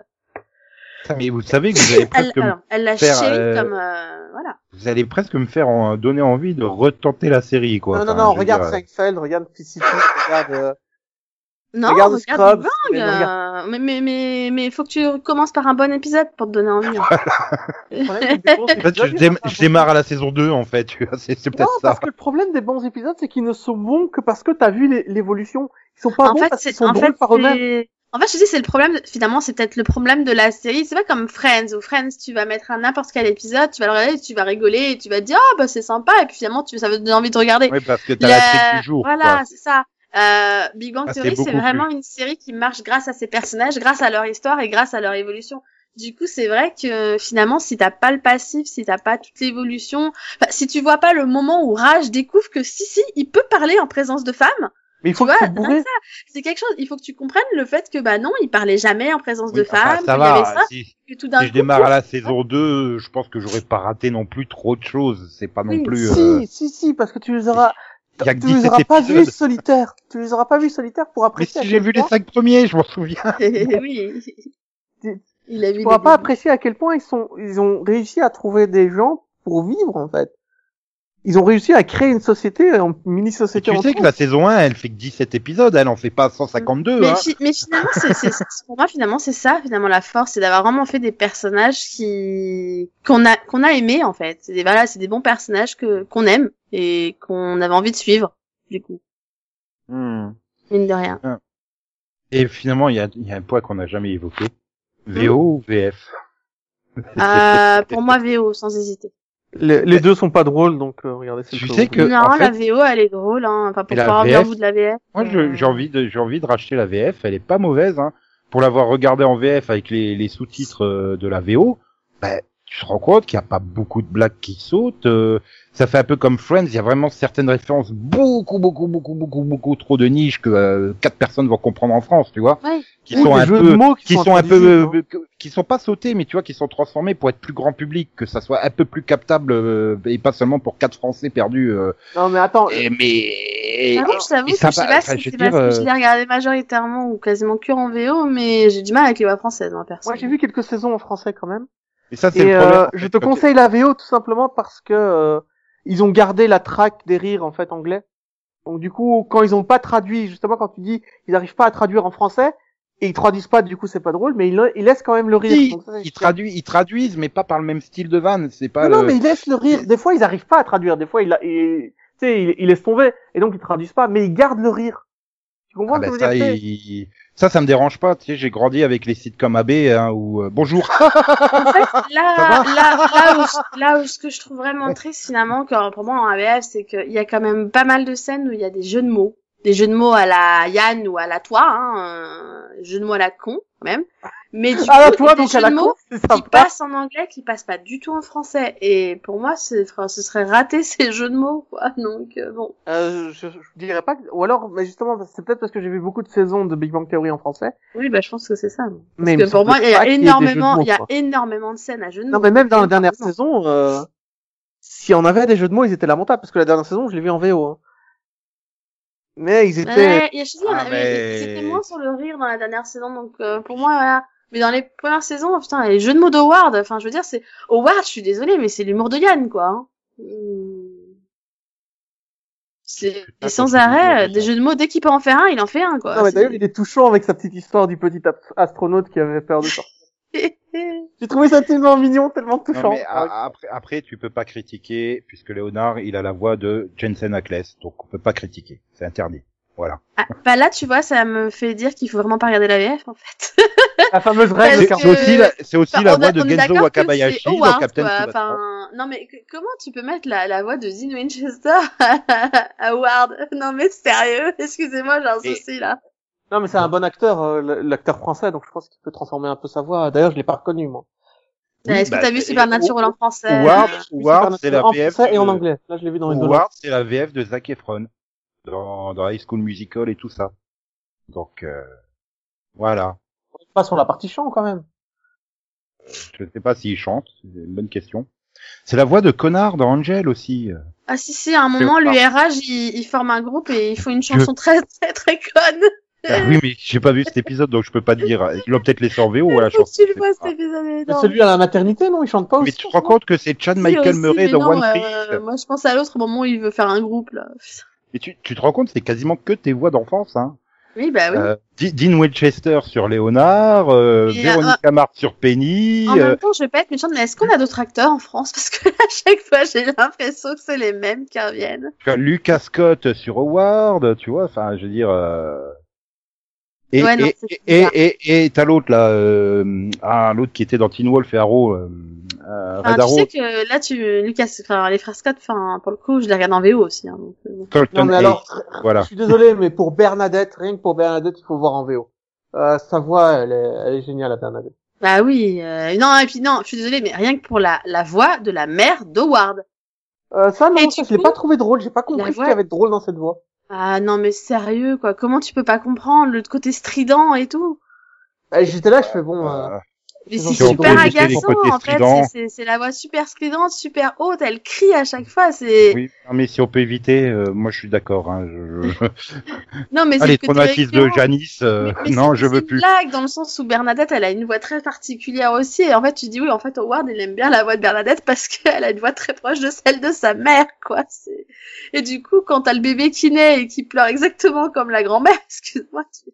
Mais vous savez que vous allez elle, presque me alors, elle l'a faire, chérie euh, comme, euh, voilà. vous allez presque me faire en, donner envie de retenter la série, quoi. Non, non, Enfin, non, je veux regarde dire, Seinfeld, regarde Felicity, regarde. Euh... Non, Regarde regarde Scrubs, Big Bang, mais ne euh, mais, mais, mais, mais faut que tu commences par un bon épisode pour te donner envie. hein. Le problème, c'est que des bons En fait, épisodes, je, il y en a dém- pas je beaucoup. démarre à la saison deux, en fait. tu vois, C'est, c'est Non, peut-être ça. parce que le problème des bons épisodes, c'est qu'ils ne sont bons que parce que t'as vu l'é- l'évolution. Ils sont pas En bons fait, parce qu'ils c'est, sont en drôles fait, par eux-mêmes. c'est, en fait, je te dis, c'est le problème, de- finalement, c'est peut-être le problème de la série. C'est pas comme Friends, où Friends, tu vas mettre un n'importe quel épisode, tu vas le regarder, tu vas rigoler, et tu vas te dire, ah, bah, c'est sympa, et puis finalement, tu, ça va te donner envie de regarder. Oui, parce que t'as Le- l'intrigue du jour, Voilà, quoi. c'est ça. Euh, Big Bang Ah, c'est Theory, c'est beaucoup vraiment une série qui marche grâce à ses personnages, grâce à leur histoire et grâce à leur évolution. Du coup, c'est vrai que finalement, si t'as pas le passif, si t'as pas toute l'évolution, enfin, si tu vois pas le moment où Raj découvre que si, si, il peut parler en présence de femmes, Mais il faut tu que vois, tu bourré. c'est quelque chose. Il faut que tu comprennes le fait que, bah non, il parlait jamais en présence Oui, de enfin, femmes, ça qu'il y va. avait ça, Si, que tout d'un si coup, je démarre à la saison deux, je pense que j'aurais pas raté non plus trop de choses. C'est pas non Oui, plus... euh, Si, si, si, parce que tu les auras, Il y a que tu les dix-sept auras pas épisodes. vus solitaires. Tu les auras pas vus solitaires pour Mais apprécier. si à j'ai quel vu les point- cinq premiers, je m'en souviens. oui. Tu- Il a vu Tu les pourras pas débuts. apprécier à quel point ils sont, ils ont réussi à trouver des gens pour vivre, en fait. Ils ont réussi à créer une société, une Et mini-société tu sais ensemble. que la saison un, elle fait que dix-sept épisodes, elle en fait pas cent cinquante-deux. Mais, Hein. fi- mais finalement, c'est, c'est, c'est- pour moi, finalement, c'est ça, finalement, la force, c'est d'avoir vraiment fait des personnages qui, qu'on a, qu'on a aimé, en fait. C'est des, voilà, c'est des bons personnages que, qu'on aime et qu'on avait envie de suivre, du coup. Hmm. Mine de rien. Et finalement, il y a, il y a un point qu'on n'a jamais évoqué. V O ou V F? Euh, pour moi, V O, sans hésiter. Les, les deux sont pas drôles, donc euh, regardez, c'est Tu le sais cas. que- non, en fait- la V O, elle est drôle, hein. Enfin, pour Et la pouvoir V F, bien bout de la V F. Moi, je- euh, j'ai envie de, j'ai envie de racheter la V F. Elle est pas mauvaise, hein. Pour l'avoir regardée en V F avec les, les sous-titres euh, de la V O, ben, tu te rends compte qu'il n'y a pas beaucoup de blagues qui sautent. euh, ça fait un peu comme Friends. Il y a vraiment certaines références beaucoup, beaucoup, beaucoup, beaucoup, beaucoup trop de niche que euh, quatre personnes vont comprendre en France, tu vois. Ouais. Qui Ou sont des un jeux peu, de mots qui qui sont sont un peu, intelligibles, euh, que- qui sont pas sautés, mais tu vois, qui sont transformés pour être plus grand public, que ça soit un peu plus captable euh, et pas seulement pour quatre Français perdus. euh, Non, mais attends, et, mais Par contre, je t'avoue et que ça je sais va- pas enfin, si je c'est veux parce dire, que je euh, l'ai regardé majoritairement ou quasiment que en V O, mais j'ai du mal avec les voix françaises, moi, perso. moi j'ai vu quelques saisons en français quand même. Et ça, c'est Et le problème. euh, en fait, je te quand- conseille la V O tout simplement parce que euh, ils ont gardé la track des rires en fait anglais. Donc du coup, quand ils ont pas traduit, justement quand tu dis ils arrivent pas à traduire en français, et ils traduisent pas, du coup c'est pas drôle, mais ils, ils laissent quand même le rire. Si, Donc ça, c'est ils, chiant. traduisent, ils traduisent, mais pas par le même style de vanne. C'est pas. Non, le... non, mais ils laissent le rire. Des fois, ils arrivent pas à traduire. Des fois, ils, ils tu sais, ils, ils laissent tomber, et donc ils traduisent pas, mais ils gardent le rire. Tu comprends Ah ce que ben je veux ça, dire? il... ça, ça me dérange pas. Tu sais, j'ai grandi avec les sitcoms A B, hein, où euh, bonjour. En fait, Ça là, va là, là où, je- là où ce que je trouve vraiment triste finalement, quand, pour moi en A B F, c'est qu'il y a quand même pas mal de scènes où il y a des jeux de mots, des jeux de mots à la Yann ou à la toi, hein, euh, jeux de mots à la con quand même. Mais du Ah, coup, toi, des donc jeux à la de con, mots c'est qui sympa. passent en anglais, qui passent pas du tout en français. Et pour moi, c'est, enfin, ce serait rater ces jeux de mots, quoi. Donc euh, bon. Euh, je, je dirais pas que, ou alors, mais justement, c'est peut-être parce que j'ai vu beaucoup de saisons de Big Bang Theory en français. Oui, bah je pense que c'est ça. Parce Mais il que me pour moi, semble il y pas a qu'il y ait des jeux de énormément, mots, il y a quoi. énormément de scènes à jeux de mots. Non, mais même dans la dernière Énormément. saison, euh, si on avait des jeux de mots, ils étaient lamentables, parce que la dernière saison, je l'ai vu en V O, hein. Mais ils étaient, Ouais, il y a, je te dis, on Ah, avait, mais- c'était moins sur le rire dans la dernière saison, donc euh, pour moi, voilà. Mais dans les premières saisons, putain, les jeux de mots d'Howard, enfin, je veux dire, c'est Howard, je suis désolée, mais c'est l'humour de Yann, quoi. Hein. Hmm. C'est pas et sans quand tu dis arrêt, l'humour euh, de des Yann. jeux de mots, dès qu'il peut en faire un, il en fait un, quoi. non, mais C'est- d'ailleurs, il est touchant avec sa petite histoire du petit ap- astronaute qui avait peur de sortir. J'ai trouvé ça tellement mignon, tellement Non, touchant. mais a- après, après, tu peux pas critiquer, puisque Léonard, il a la voix de Jensen Ackles, donc on peut pas critiquer. C'est interdit. Voilà. Ah, bah là, tu vois, ça me fait dire qu'il faut vraiment pas regarder la V F, en fait. La fameuse Parce règle C'est que- c'est aussi la, c'est aussi Enfin, la on voix a- de on est Genzo d'accord que Wakabayashi c'est dans Howard, Captain quoi. Tsubasa. Enfin, non mais que- comment tu peux mettre la, la voix de Dean Winchester à Howard? Non mais sérieux, excusez-moi, j'ai un Et- souci là. Non, mais c'est un bon acteur, euh, l- l'acteur français, donc je pense qu'il peut transformer un peu sa voix. D'ailleurs, je l'ai pas reconnu, moi. Oui, Est-ce bah, que t'as vu c'est- Supernatural en français? Howard, Euh, oui, Howard, c'est la en V F français et en de- anglais. Là, je l'ai vu dans les deux langues. Howard, c'est la V F de Zac Efron dans, dans High School Musical et tout ça. Donc euh, voilà. Pas sur la partie chant, quand même. Je ne sais pas s'il chante, c'est une bonne question. C'est la voix de Connard dans Angel aussi. Ah si si, à un moment, l'U R H, il, il forme un groupe et il faut une chanson très très très conne. Ah oui, mais j'ai pas vu cet épisode, donc je peux pas te dire. Ils l'ont peut-être laissé en V O ou à la Faut que chanson. tu le je vois sais cet pas. épisode, il est Mais énorme. celui à la maternité, non, il chante pas Mais aussi. tu te rends compte que c'est Chad Si, Michael aussi, Murray mais dans non, One euh, Piece. moi je pense à l'autre au moment où il veut faire un groupe là. Et tu, tu te rends compte, c'est quasiment que tes voix d'enfance, hein. Oui bah oui. Euh, Di- Dean Winchester sur Léonard, euh, Et, Véronique Amart sur Penny, En euh, même temps, je vais pas être méchante, mais est-ce qu'on a d'autres acteurs en France? Parce que à chaque fois, j'ai l'impression que c'est les mêmes qui reviennent. tu as Lucas Scott sur Howard, tu vois, enfin, je veux dire, euh... et, Ouais, non, et, c'est et, bizarre. et, et, et t'as l'autre, là, euh... ah, l'autre qui était dans Teen Wolf et Arrow, euh, euh, Enfin, Red tu Arrow, sais que là, tu, Lucas, enfin, les frères Scott, enfin, pour le coup, je les regarde en V O aussi, hein, donc, euh, bon. Colton Non, mais Hayes, alors, voilà. je suis désolé, mais pour Bernadette, rien que pour Bernadette, il faut voir en V O. Euh, sa voix, elle est, elle est géniale, la Bernadette. Bah oui, euh, non, et puis non, je suis désolée, mais rien que pour la, la voix de la mère d'Howard. Euh, ça, non, Et ça, du je l'ai coup, pas trouvé drôle. J'ai pas compris la ce voix- qu'il y avait de drôle dans cette voix. Ah non, mais sérieux, quoi, comment tu peux pas comprendre le côté strident et tout? Euh, J'étais là, je fais bon, euh, Euh, Mais Ils ont c'est fait super enregistrer les agaçant, côtés en fait, stridents. c'est- c'est c'est la voix super stridente, super haute, elle crie à chaque fois, c'est... oui, non, mais si on peut éviter, euh, moi je suis d'accord, hein, je, je... Non, mais Ah, c'est les le côté traumatismes de récurrent. Janice, euh, Mais- mais non, c'est- je veux C'est plus. une blague dans le sens où Bernadette, elle a une voix très particulière aussi. Et en fait, tu dis oui, en fait, Howard, il aime bien la voix de Bernadette parce qu'elle a une voix très proche de celle de sa mère, quoi. C'est- Et du coup, quand t'as le bébé qui naît et qui pleure exactement comme la grand-mère, excuse-moi, tu...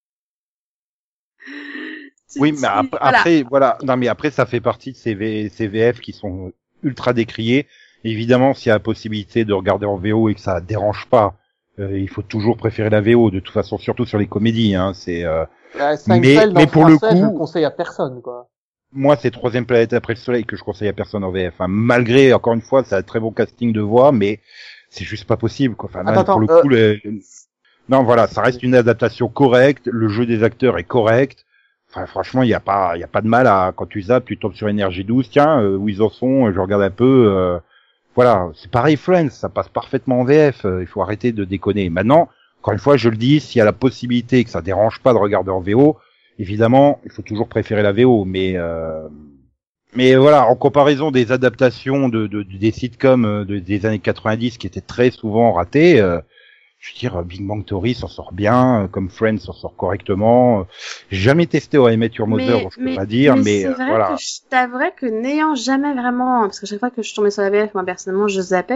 tu- Oui, tu- mais ap- voilà. après, voilà, non, mais après, ça fait partie de ces, v... ces V F qui sont ultra décriés. Évidemment, s'il y a la possibilité de regarder en V O et que ça dérange pas, euh, il faut toujours préférer la V O, de toute façon, surtout sur les comédies, hein, c'est, euh... euh, Seinfeld, Mais- dans mais pour le français, je coup- le conseille à personne, quoi. moi, c'est Troisième Planète après le Soleil que je conseille à personne en V F, hein. Malgré, encore une fois, ça a un très bon casting de voix, mais c'est juste pas possible, quoi. Enfin, là, Attends, pour le attends, coup, les- non, voilà, ça reste une adaptation correcte, le jeu des acteurs est correct. Enfin, franchement, il y a pas, il y a pas de mal à, quand tu zappes, tu tombes sur Énergie douze, tiens, euh, où ils en sont, je regarde un peu, euh, voilà, c'est pareil, Friends, ça passe parfaitement en V F, euh, il faut arrêter de déconner. Maintenant, encore une fois, je le dis, s'il y a la possibilité que ça dérange pas de regarder en V O, évidemment, il faut toujours préférer la V O, mais, euh, mais voilà, en comparaison des adaptations de, de, des sitcoms euh, de, des années quatre-vingt-dix qui étaient très souvent ratées, euh, je veux dire, Big Bang Theory s'en sort bien, euh, comme Friends s'en sort correctement. Euh, J'ai jamais testé How I Met Your Mother, donc je peux pas dire, mais, c'est euh, vrai voilà. que je t'avouerais que n'ayant jamais vraiment, parce que chaque fois que je tombais sur la V F, moi personnellement, je zappais,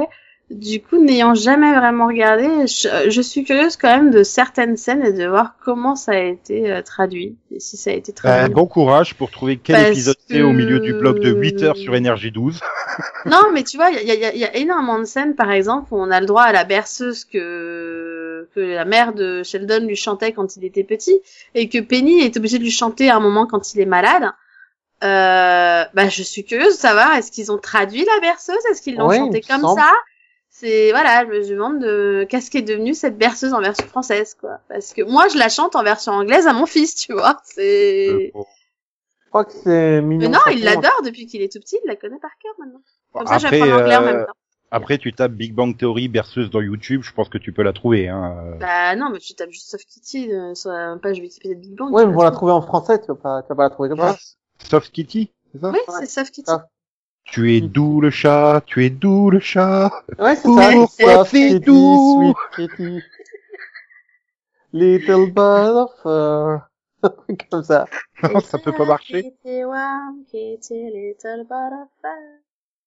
Du coup, n'ayant jamais vraiment regardé, je, je suis curieuse quand même de certaines scènes et de voir comment ça a été euh, traduit, et si ça a été traduit. Euh, bon courage pour trouver quel Parce épisode que... c'est au milieu du bloc de huit heures sur Énergie douze. Non, mais tu vois, il y a, y, a, y a énormément de scènes, par exemple, où on a le droit à la berceuse que que la mère de Sheldon lui chantait quand il était petit, et que Penny est obligée de lui chanter à un moment quand il est malade. Euh, bah, je suis curieuse de savoir, est-ce qu'ils ont traduit la berceuse? Est-ce qu'ils l'ont Oui, chantée comme semble. ça? C'est, voilà, je me demande de, qu'est-ce qui est devenu cette berceuse en version française, quoi. Parce que moi, je la chante en version anglaise à mon fils, tu vois. C'est... Euh, Je crois que c'est mignon. Mais non, il Chaperon. l'adore depuis qu'il est tout petit, il la connaît par cœur maintenant. Comme ça, Après, j'apprends l'anglais en euh, même temps. Après, tu tapes Big Bang Theory berceuse dans YouTube, je pense que tu peux la trouver. Hein. Bah non, mais tu tapes juste Soft Kitty euh, sur la page Wikipédia de Big Bang. Oui, tu mais vas pour la trouver. trouver en français, tu vas pas, tu vas pas la trouver comme ça. Soft Kitty, c'est ça? Oui, c'est Soft Kitty. Ah. Tu es doux le chat, tu es doux le chat. Ouais, c'est Pourquoi ça. Soft c'est Kitty, doux? Sweet Kitty. Little bit of fur. Comme ça. Non, ça peut pas marcher. Kitty, warm kitty, little butterfly.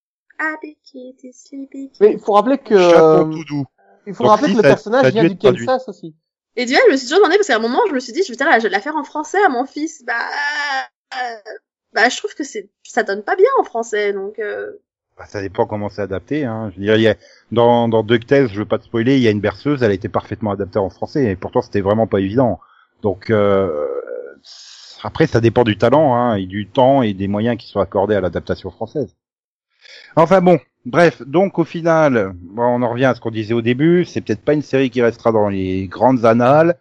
Happy kitty, sleepy kitty. Mais il faut rappeler que, Chaton euh, tout doux. il faut Donc, rappeler si, que le ça- personnage ça a vient dû du être traduit. Kansas aussi. Et du coup, je me suis toujours demandé, parce qu'à un moment, je me suis dit, je putain, là, je vais la faire en français à mon fils. Bah, euh, bah, je trouve que c'est, ça donne pas bien en français, donc, euh... Bah, ça dépend comment c'est adapté. Hein. Je veux dire, il y a, dans, dans DuckTales, je veux pas te spoiler, il y a une berceuse, elle a été parfaitement adaptée en français, et pourtant c'était vraiment pas évident. Donc euh, après, ça dépend du talent, hein, et du temps et des moyens qui sont accordés à l'adaptation française. Enfin bon, bref, donc au final, bon, on en revient à ce qu'on disait au début, c'est peut-être pas une série qui restera dans les grandes annales,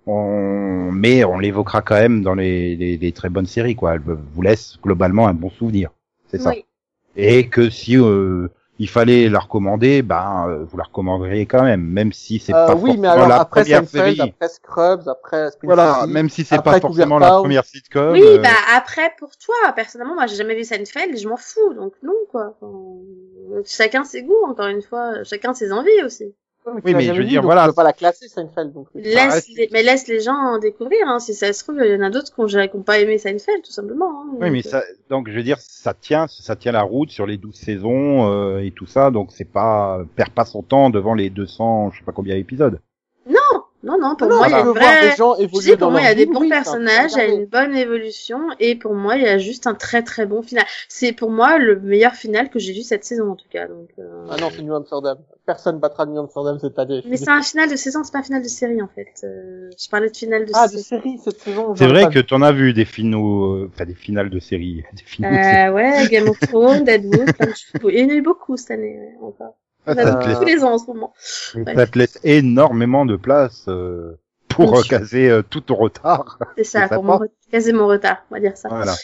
on... mais on l'évoquera quand même dans les, les, les très bonnes séries, quoi. Elle vous laisse globalement un bon souvenir, c'est ça. oui. Et que si euh, il fallait la recommander, ben euh, vous la recommanderiez quand même, même si c'est Euh, pas oui, forcément mais alors la après première Seinfeld, série. après Scrubs, après Spin Voilà, City, même si c'est après pas forcément Cougar la Town. première sitcom. Oui, euh, bah, après, pour toi, personnellement, moi, j'ai jamais vu Seinfeld et je m'en fous, donc non, quoi. Enfin, chacun ses goûts, encore une fois, chacun ses envies aussi. Oui, Oui, mais je veux dire, voilà. Tu peux pas la classer, Seinfeld, donc. Laisse reste- les, mais laisse les gens en découvrir, hein. Si ça se trouve, il y en a d'autres qui ont, qui ont pas aimé Seinfeld, tout simplement, hein. Oui, Donc, mais ça, donc je veux dire, ça tient, ça tient la route sur les douze saisons euh, et tout ça, donc c'est pas, perd pas son temps devant les deux cents, je sais pas combien d'épisodes. Non, non, pour Non, moi, il y a tu une peux voir vraie... des gens Je évoluer dis, pour dans moi, il y leur a des vie, bons oui, ça, personnages, il y a regarder. une bonne évolution, et pour moi, il y a juste un très très bon final. C'est pour moi le meilleur final que j'ai vu cette saison, en tout cas. Donc, euh... Ah non, c'est New Amsterdam. Personne battra New Amsterdam cette année. Mais c'est un final de saison, c'est pas un final de série, en fait. Euh, je parlais de final de Ah, de saison. série, cette saison. C'est j'en ai vrai pas que vu. t'en as vu des finaux, euh, enfin des finales de séries, des finaux de séries. Euh, ouais, Game of Thrones, Deadwood, plein de choses. Il y en a eu beaucoup cette année, ouais, encore. Ah, On a ça, Euh, te laisse, tous les ans en ce moment. ça te laisse énormément de place euh, pour Oui. euh, caser euh, tout ton retard. C'est ça, C'est pour sympa. mon re- caser mon retard, on va dire ça. Voilà.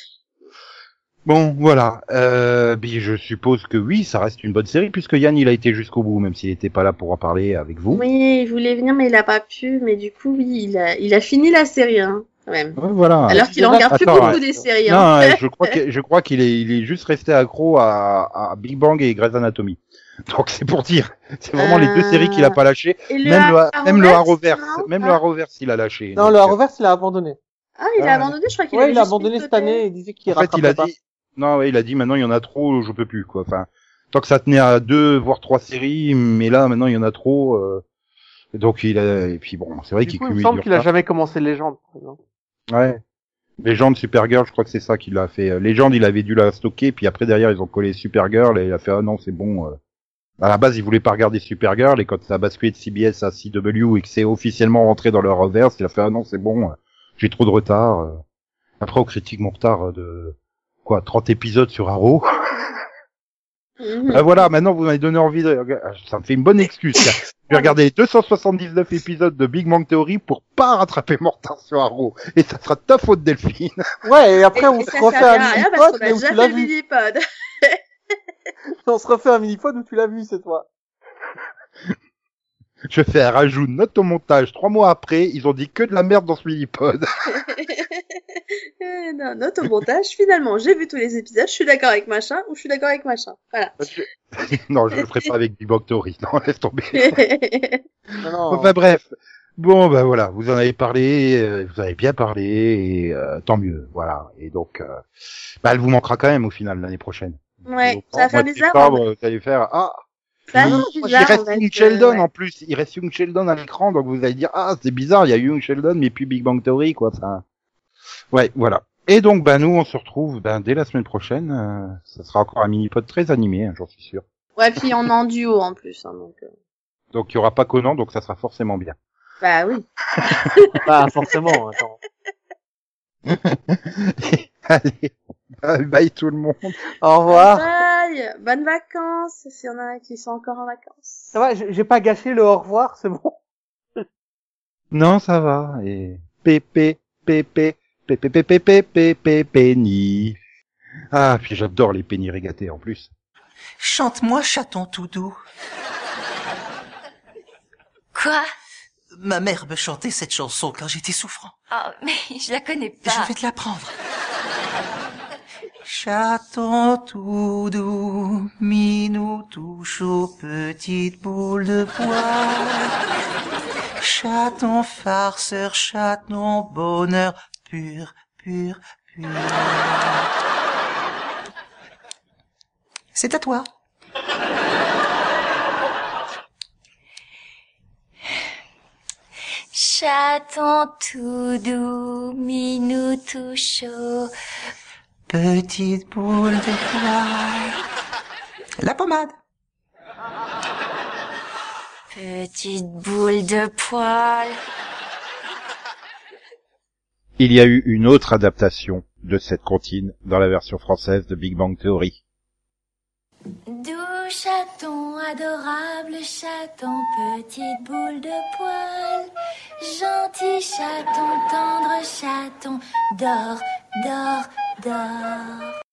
Bon, voilà. Euh, puis je suppose que oui, ça reste une bonne série puisque Yann il a été jusqu'au bout, même s'il n'était pas là pour en parler avec vous. Oui, il voulait venir, mais il a pas pu. Mais du coup, oui, il a, il a fini la série, hein, quand même. Ouais, voilà. Alors qu'il en Attends, regarde plus attends, beaucoup ouais. des séries. Non, Hein. ouais, je crois que je crois qu'il est il est juste resté accro à, à Big Bang et Grey's Anatomy. Donc c'est pour dire, c'est vraiment les deux Euh, séries qu'il a pas lâché. Et le Même le Arrowverse, même le Arrowverse, non même le Ah. Arrowverse il a lâché. Non, Donc, le euh, Arrowverse, il a abandonné. Ah, il Ouais. a abandonné, je crois qu'il Ouais, avait il a juste abandonné mis de cette côté. année et il disait qu'il En fait, il a rattraperait pas. dit non, ouais, il a dit maintenant il y en a trop, je peux plus quoi. Enfin, tant que ça tenait à deux voire trois séries, mais là maintenant il y en a trop. Euh... et Donc il a et puis bon, c'est vrai Du qu'il coup, il me cumule semble du qu'il a retard. jamais commencé Légende, par exemple. Ouais. Légende, Supergirl, je crois que c'est ça qu'il a fait. Légende, il avait dû la stocker, puis après derrière ils ont collé Supergirl et il a fait ah non c'est bon. euh. À la base il voulait pas regarder Supergirl et quand ça a basculé de C B S à C W et que c'est officiellement rentré dans leur reverse, il a fait ah non c'est bon, euh, j'ai trop de retard. euh. Après on critique mon retard de quoi trente épisodes sur Arrow. Mhm. Ah, voilà, maintenant vous m'avez donné envie de... Ça me fait une bonne excuse. tiens. Je vais regarder les deux cent soixante-dix-neuf épisodes de Big Bang Theory pour pas rattraper mon retard sur Arrow. Et ça sera ta faute, Delphine. Ouais, et après, Et- on et se ça refait servira un à rien mini-pod, parce qu'on mais a où déjà tu fait l'as le vu. mini-pod. On se refait un mini-pod où tu l'as vu, c'est toi. Je fais un rajout note au montage. Trois mois après, ils ont dit que de la merde dans ce mini-pod. Euh, non, note au montage, finalement, j'ai vu tous les épisodes, je suis d'accord avec machin, ou je suis d'accord avec machin. Voilà. non, je le ferai pas avec Big Bang Theory. Non, laisse tomber. Non, non. Enfin bref. Bon, ben voilà, vous en avez parlé, euh, vous avez bien parlé, et euh, tant mieux, voilà. Et donc, euh, bah, elle vous manquera quand même au final l'année prochaine. Ouais, Au ça va mois faire de bizarre. septembre, hein. vous allez faire ah, Bah Puis, non, il bizarre, reste en fait, Young Sheldon euh, ouais. en plus, il reste Young Sheldon à l'écran, donc vous allez dire ah c'est bizarre, il y a Young Sheldon mais puis Big Bang Theory quoi. Enfin, ouais voilà. Et donc bah nous on se retrouve ben, dès la semaine prochaine. Euh, ça sera encore un mini-pod très animé, hein, j'en suis sûr. Ouais, puis on est en duo en plus, hein, donc. euh. Donc il y aura pas Conan, donc ça sera forcément bien. Bah oui. Pas forcément, attends. Allez, bye, bye tout le monde. Au revoir. Bye. Bonnes vacances, s'il y en a qui sont encore en vacances. Ça va, j'ai j'ai pas gâché le au revoir, c'est bon. Non ça va. Et pépé pépé pépé pépé pépé pépé penny. Ah puis j'adore les penny régatés en plus. Chante-moi, chaton tout doux. Quoi? Ma mère me chantait cette chanson quand j'étais souffrant. Oh, mais je la connais pas. Je vais te l'apprendre. Chaton tout doux, minou tout chaud, petite boule de poil. Chaton farceur, chaton bonheur, pur, pur, pur. C'est à toi. Chaton tout doux, minou tout chaud. Petite boule de poil. La pommade. Petite boule de poil. Il y a eu une autre adaptation de cette comptine dans la version française de Big Bang Theory. Doux chaton, adorable chaton, petite boule de poil. Gentil chaton, tendre chaton, dors, dors, dors.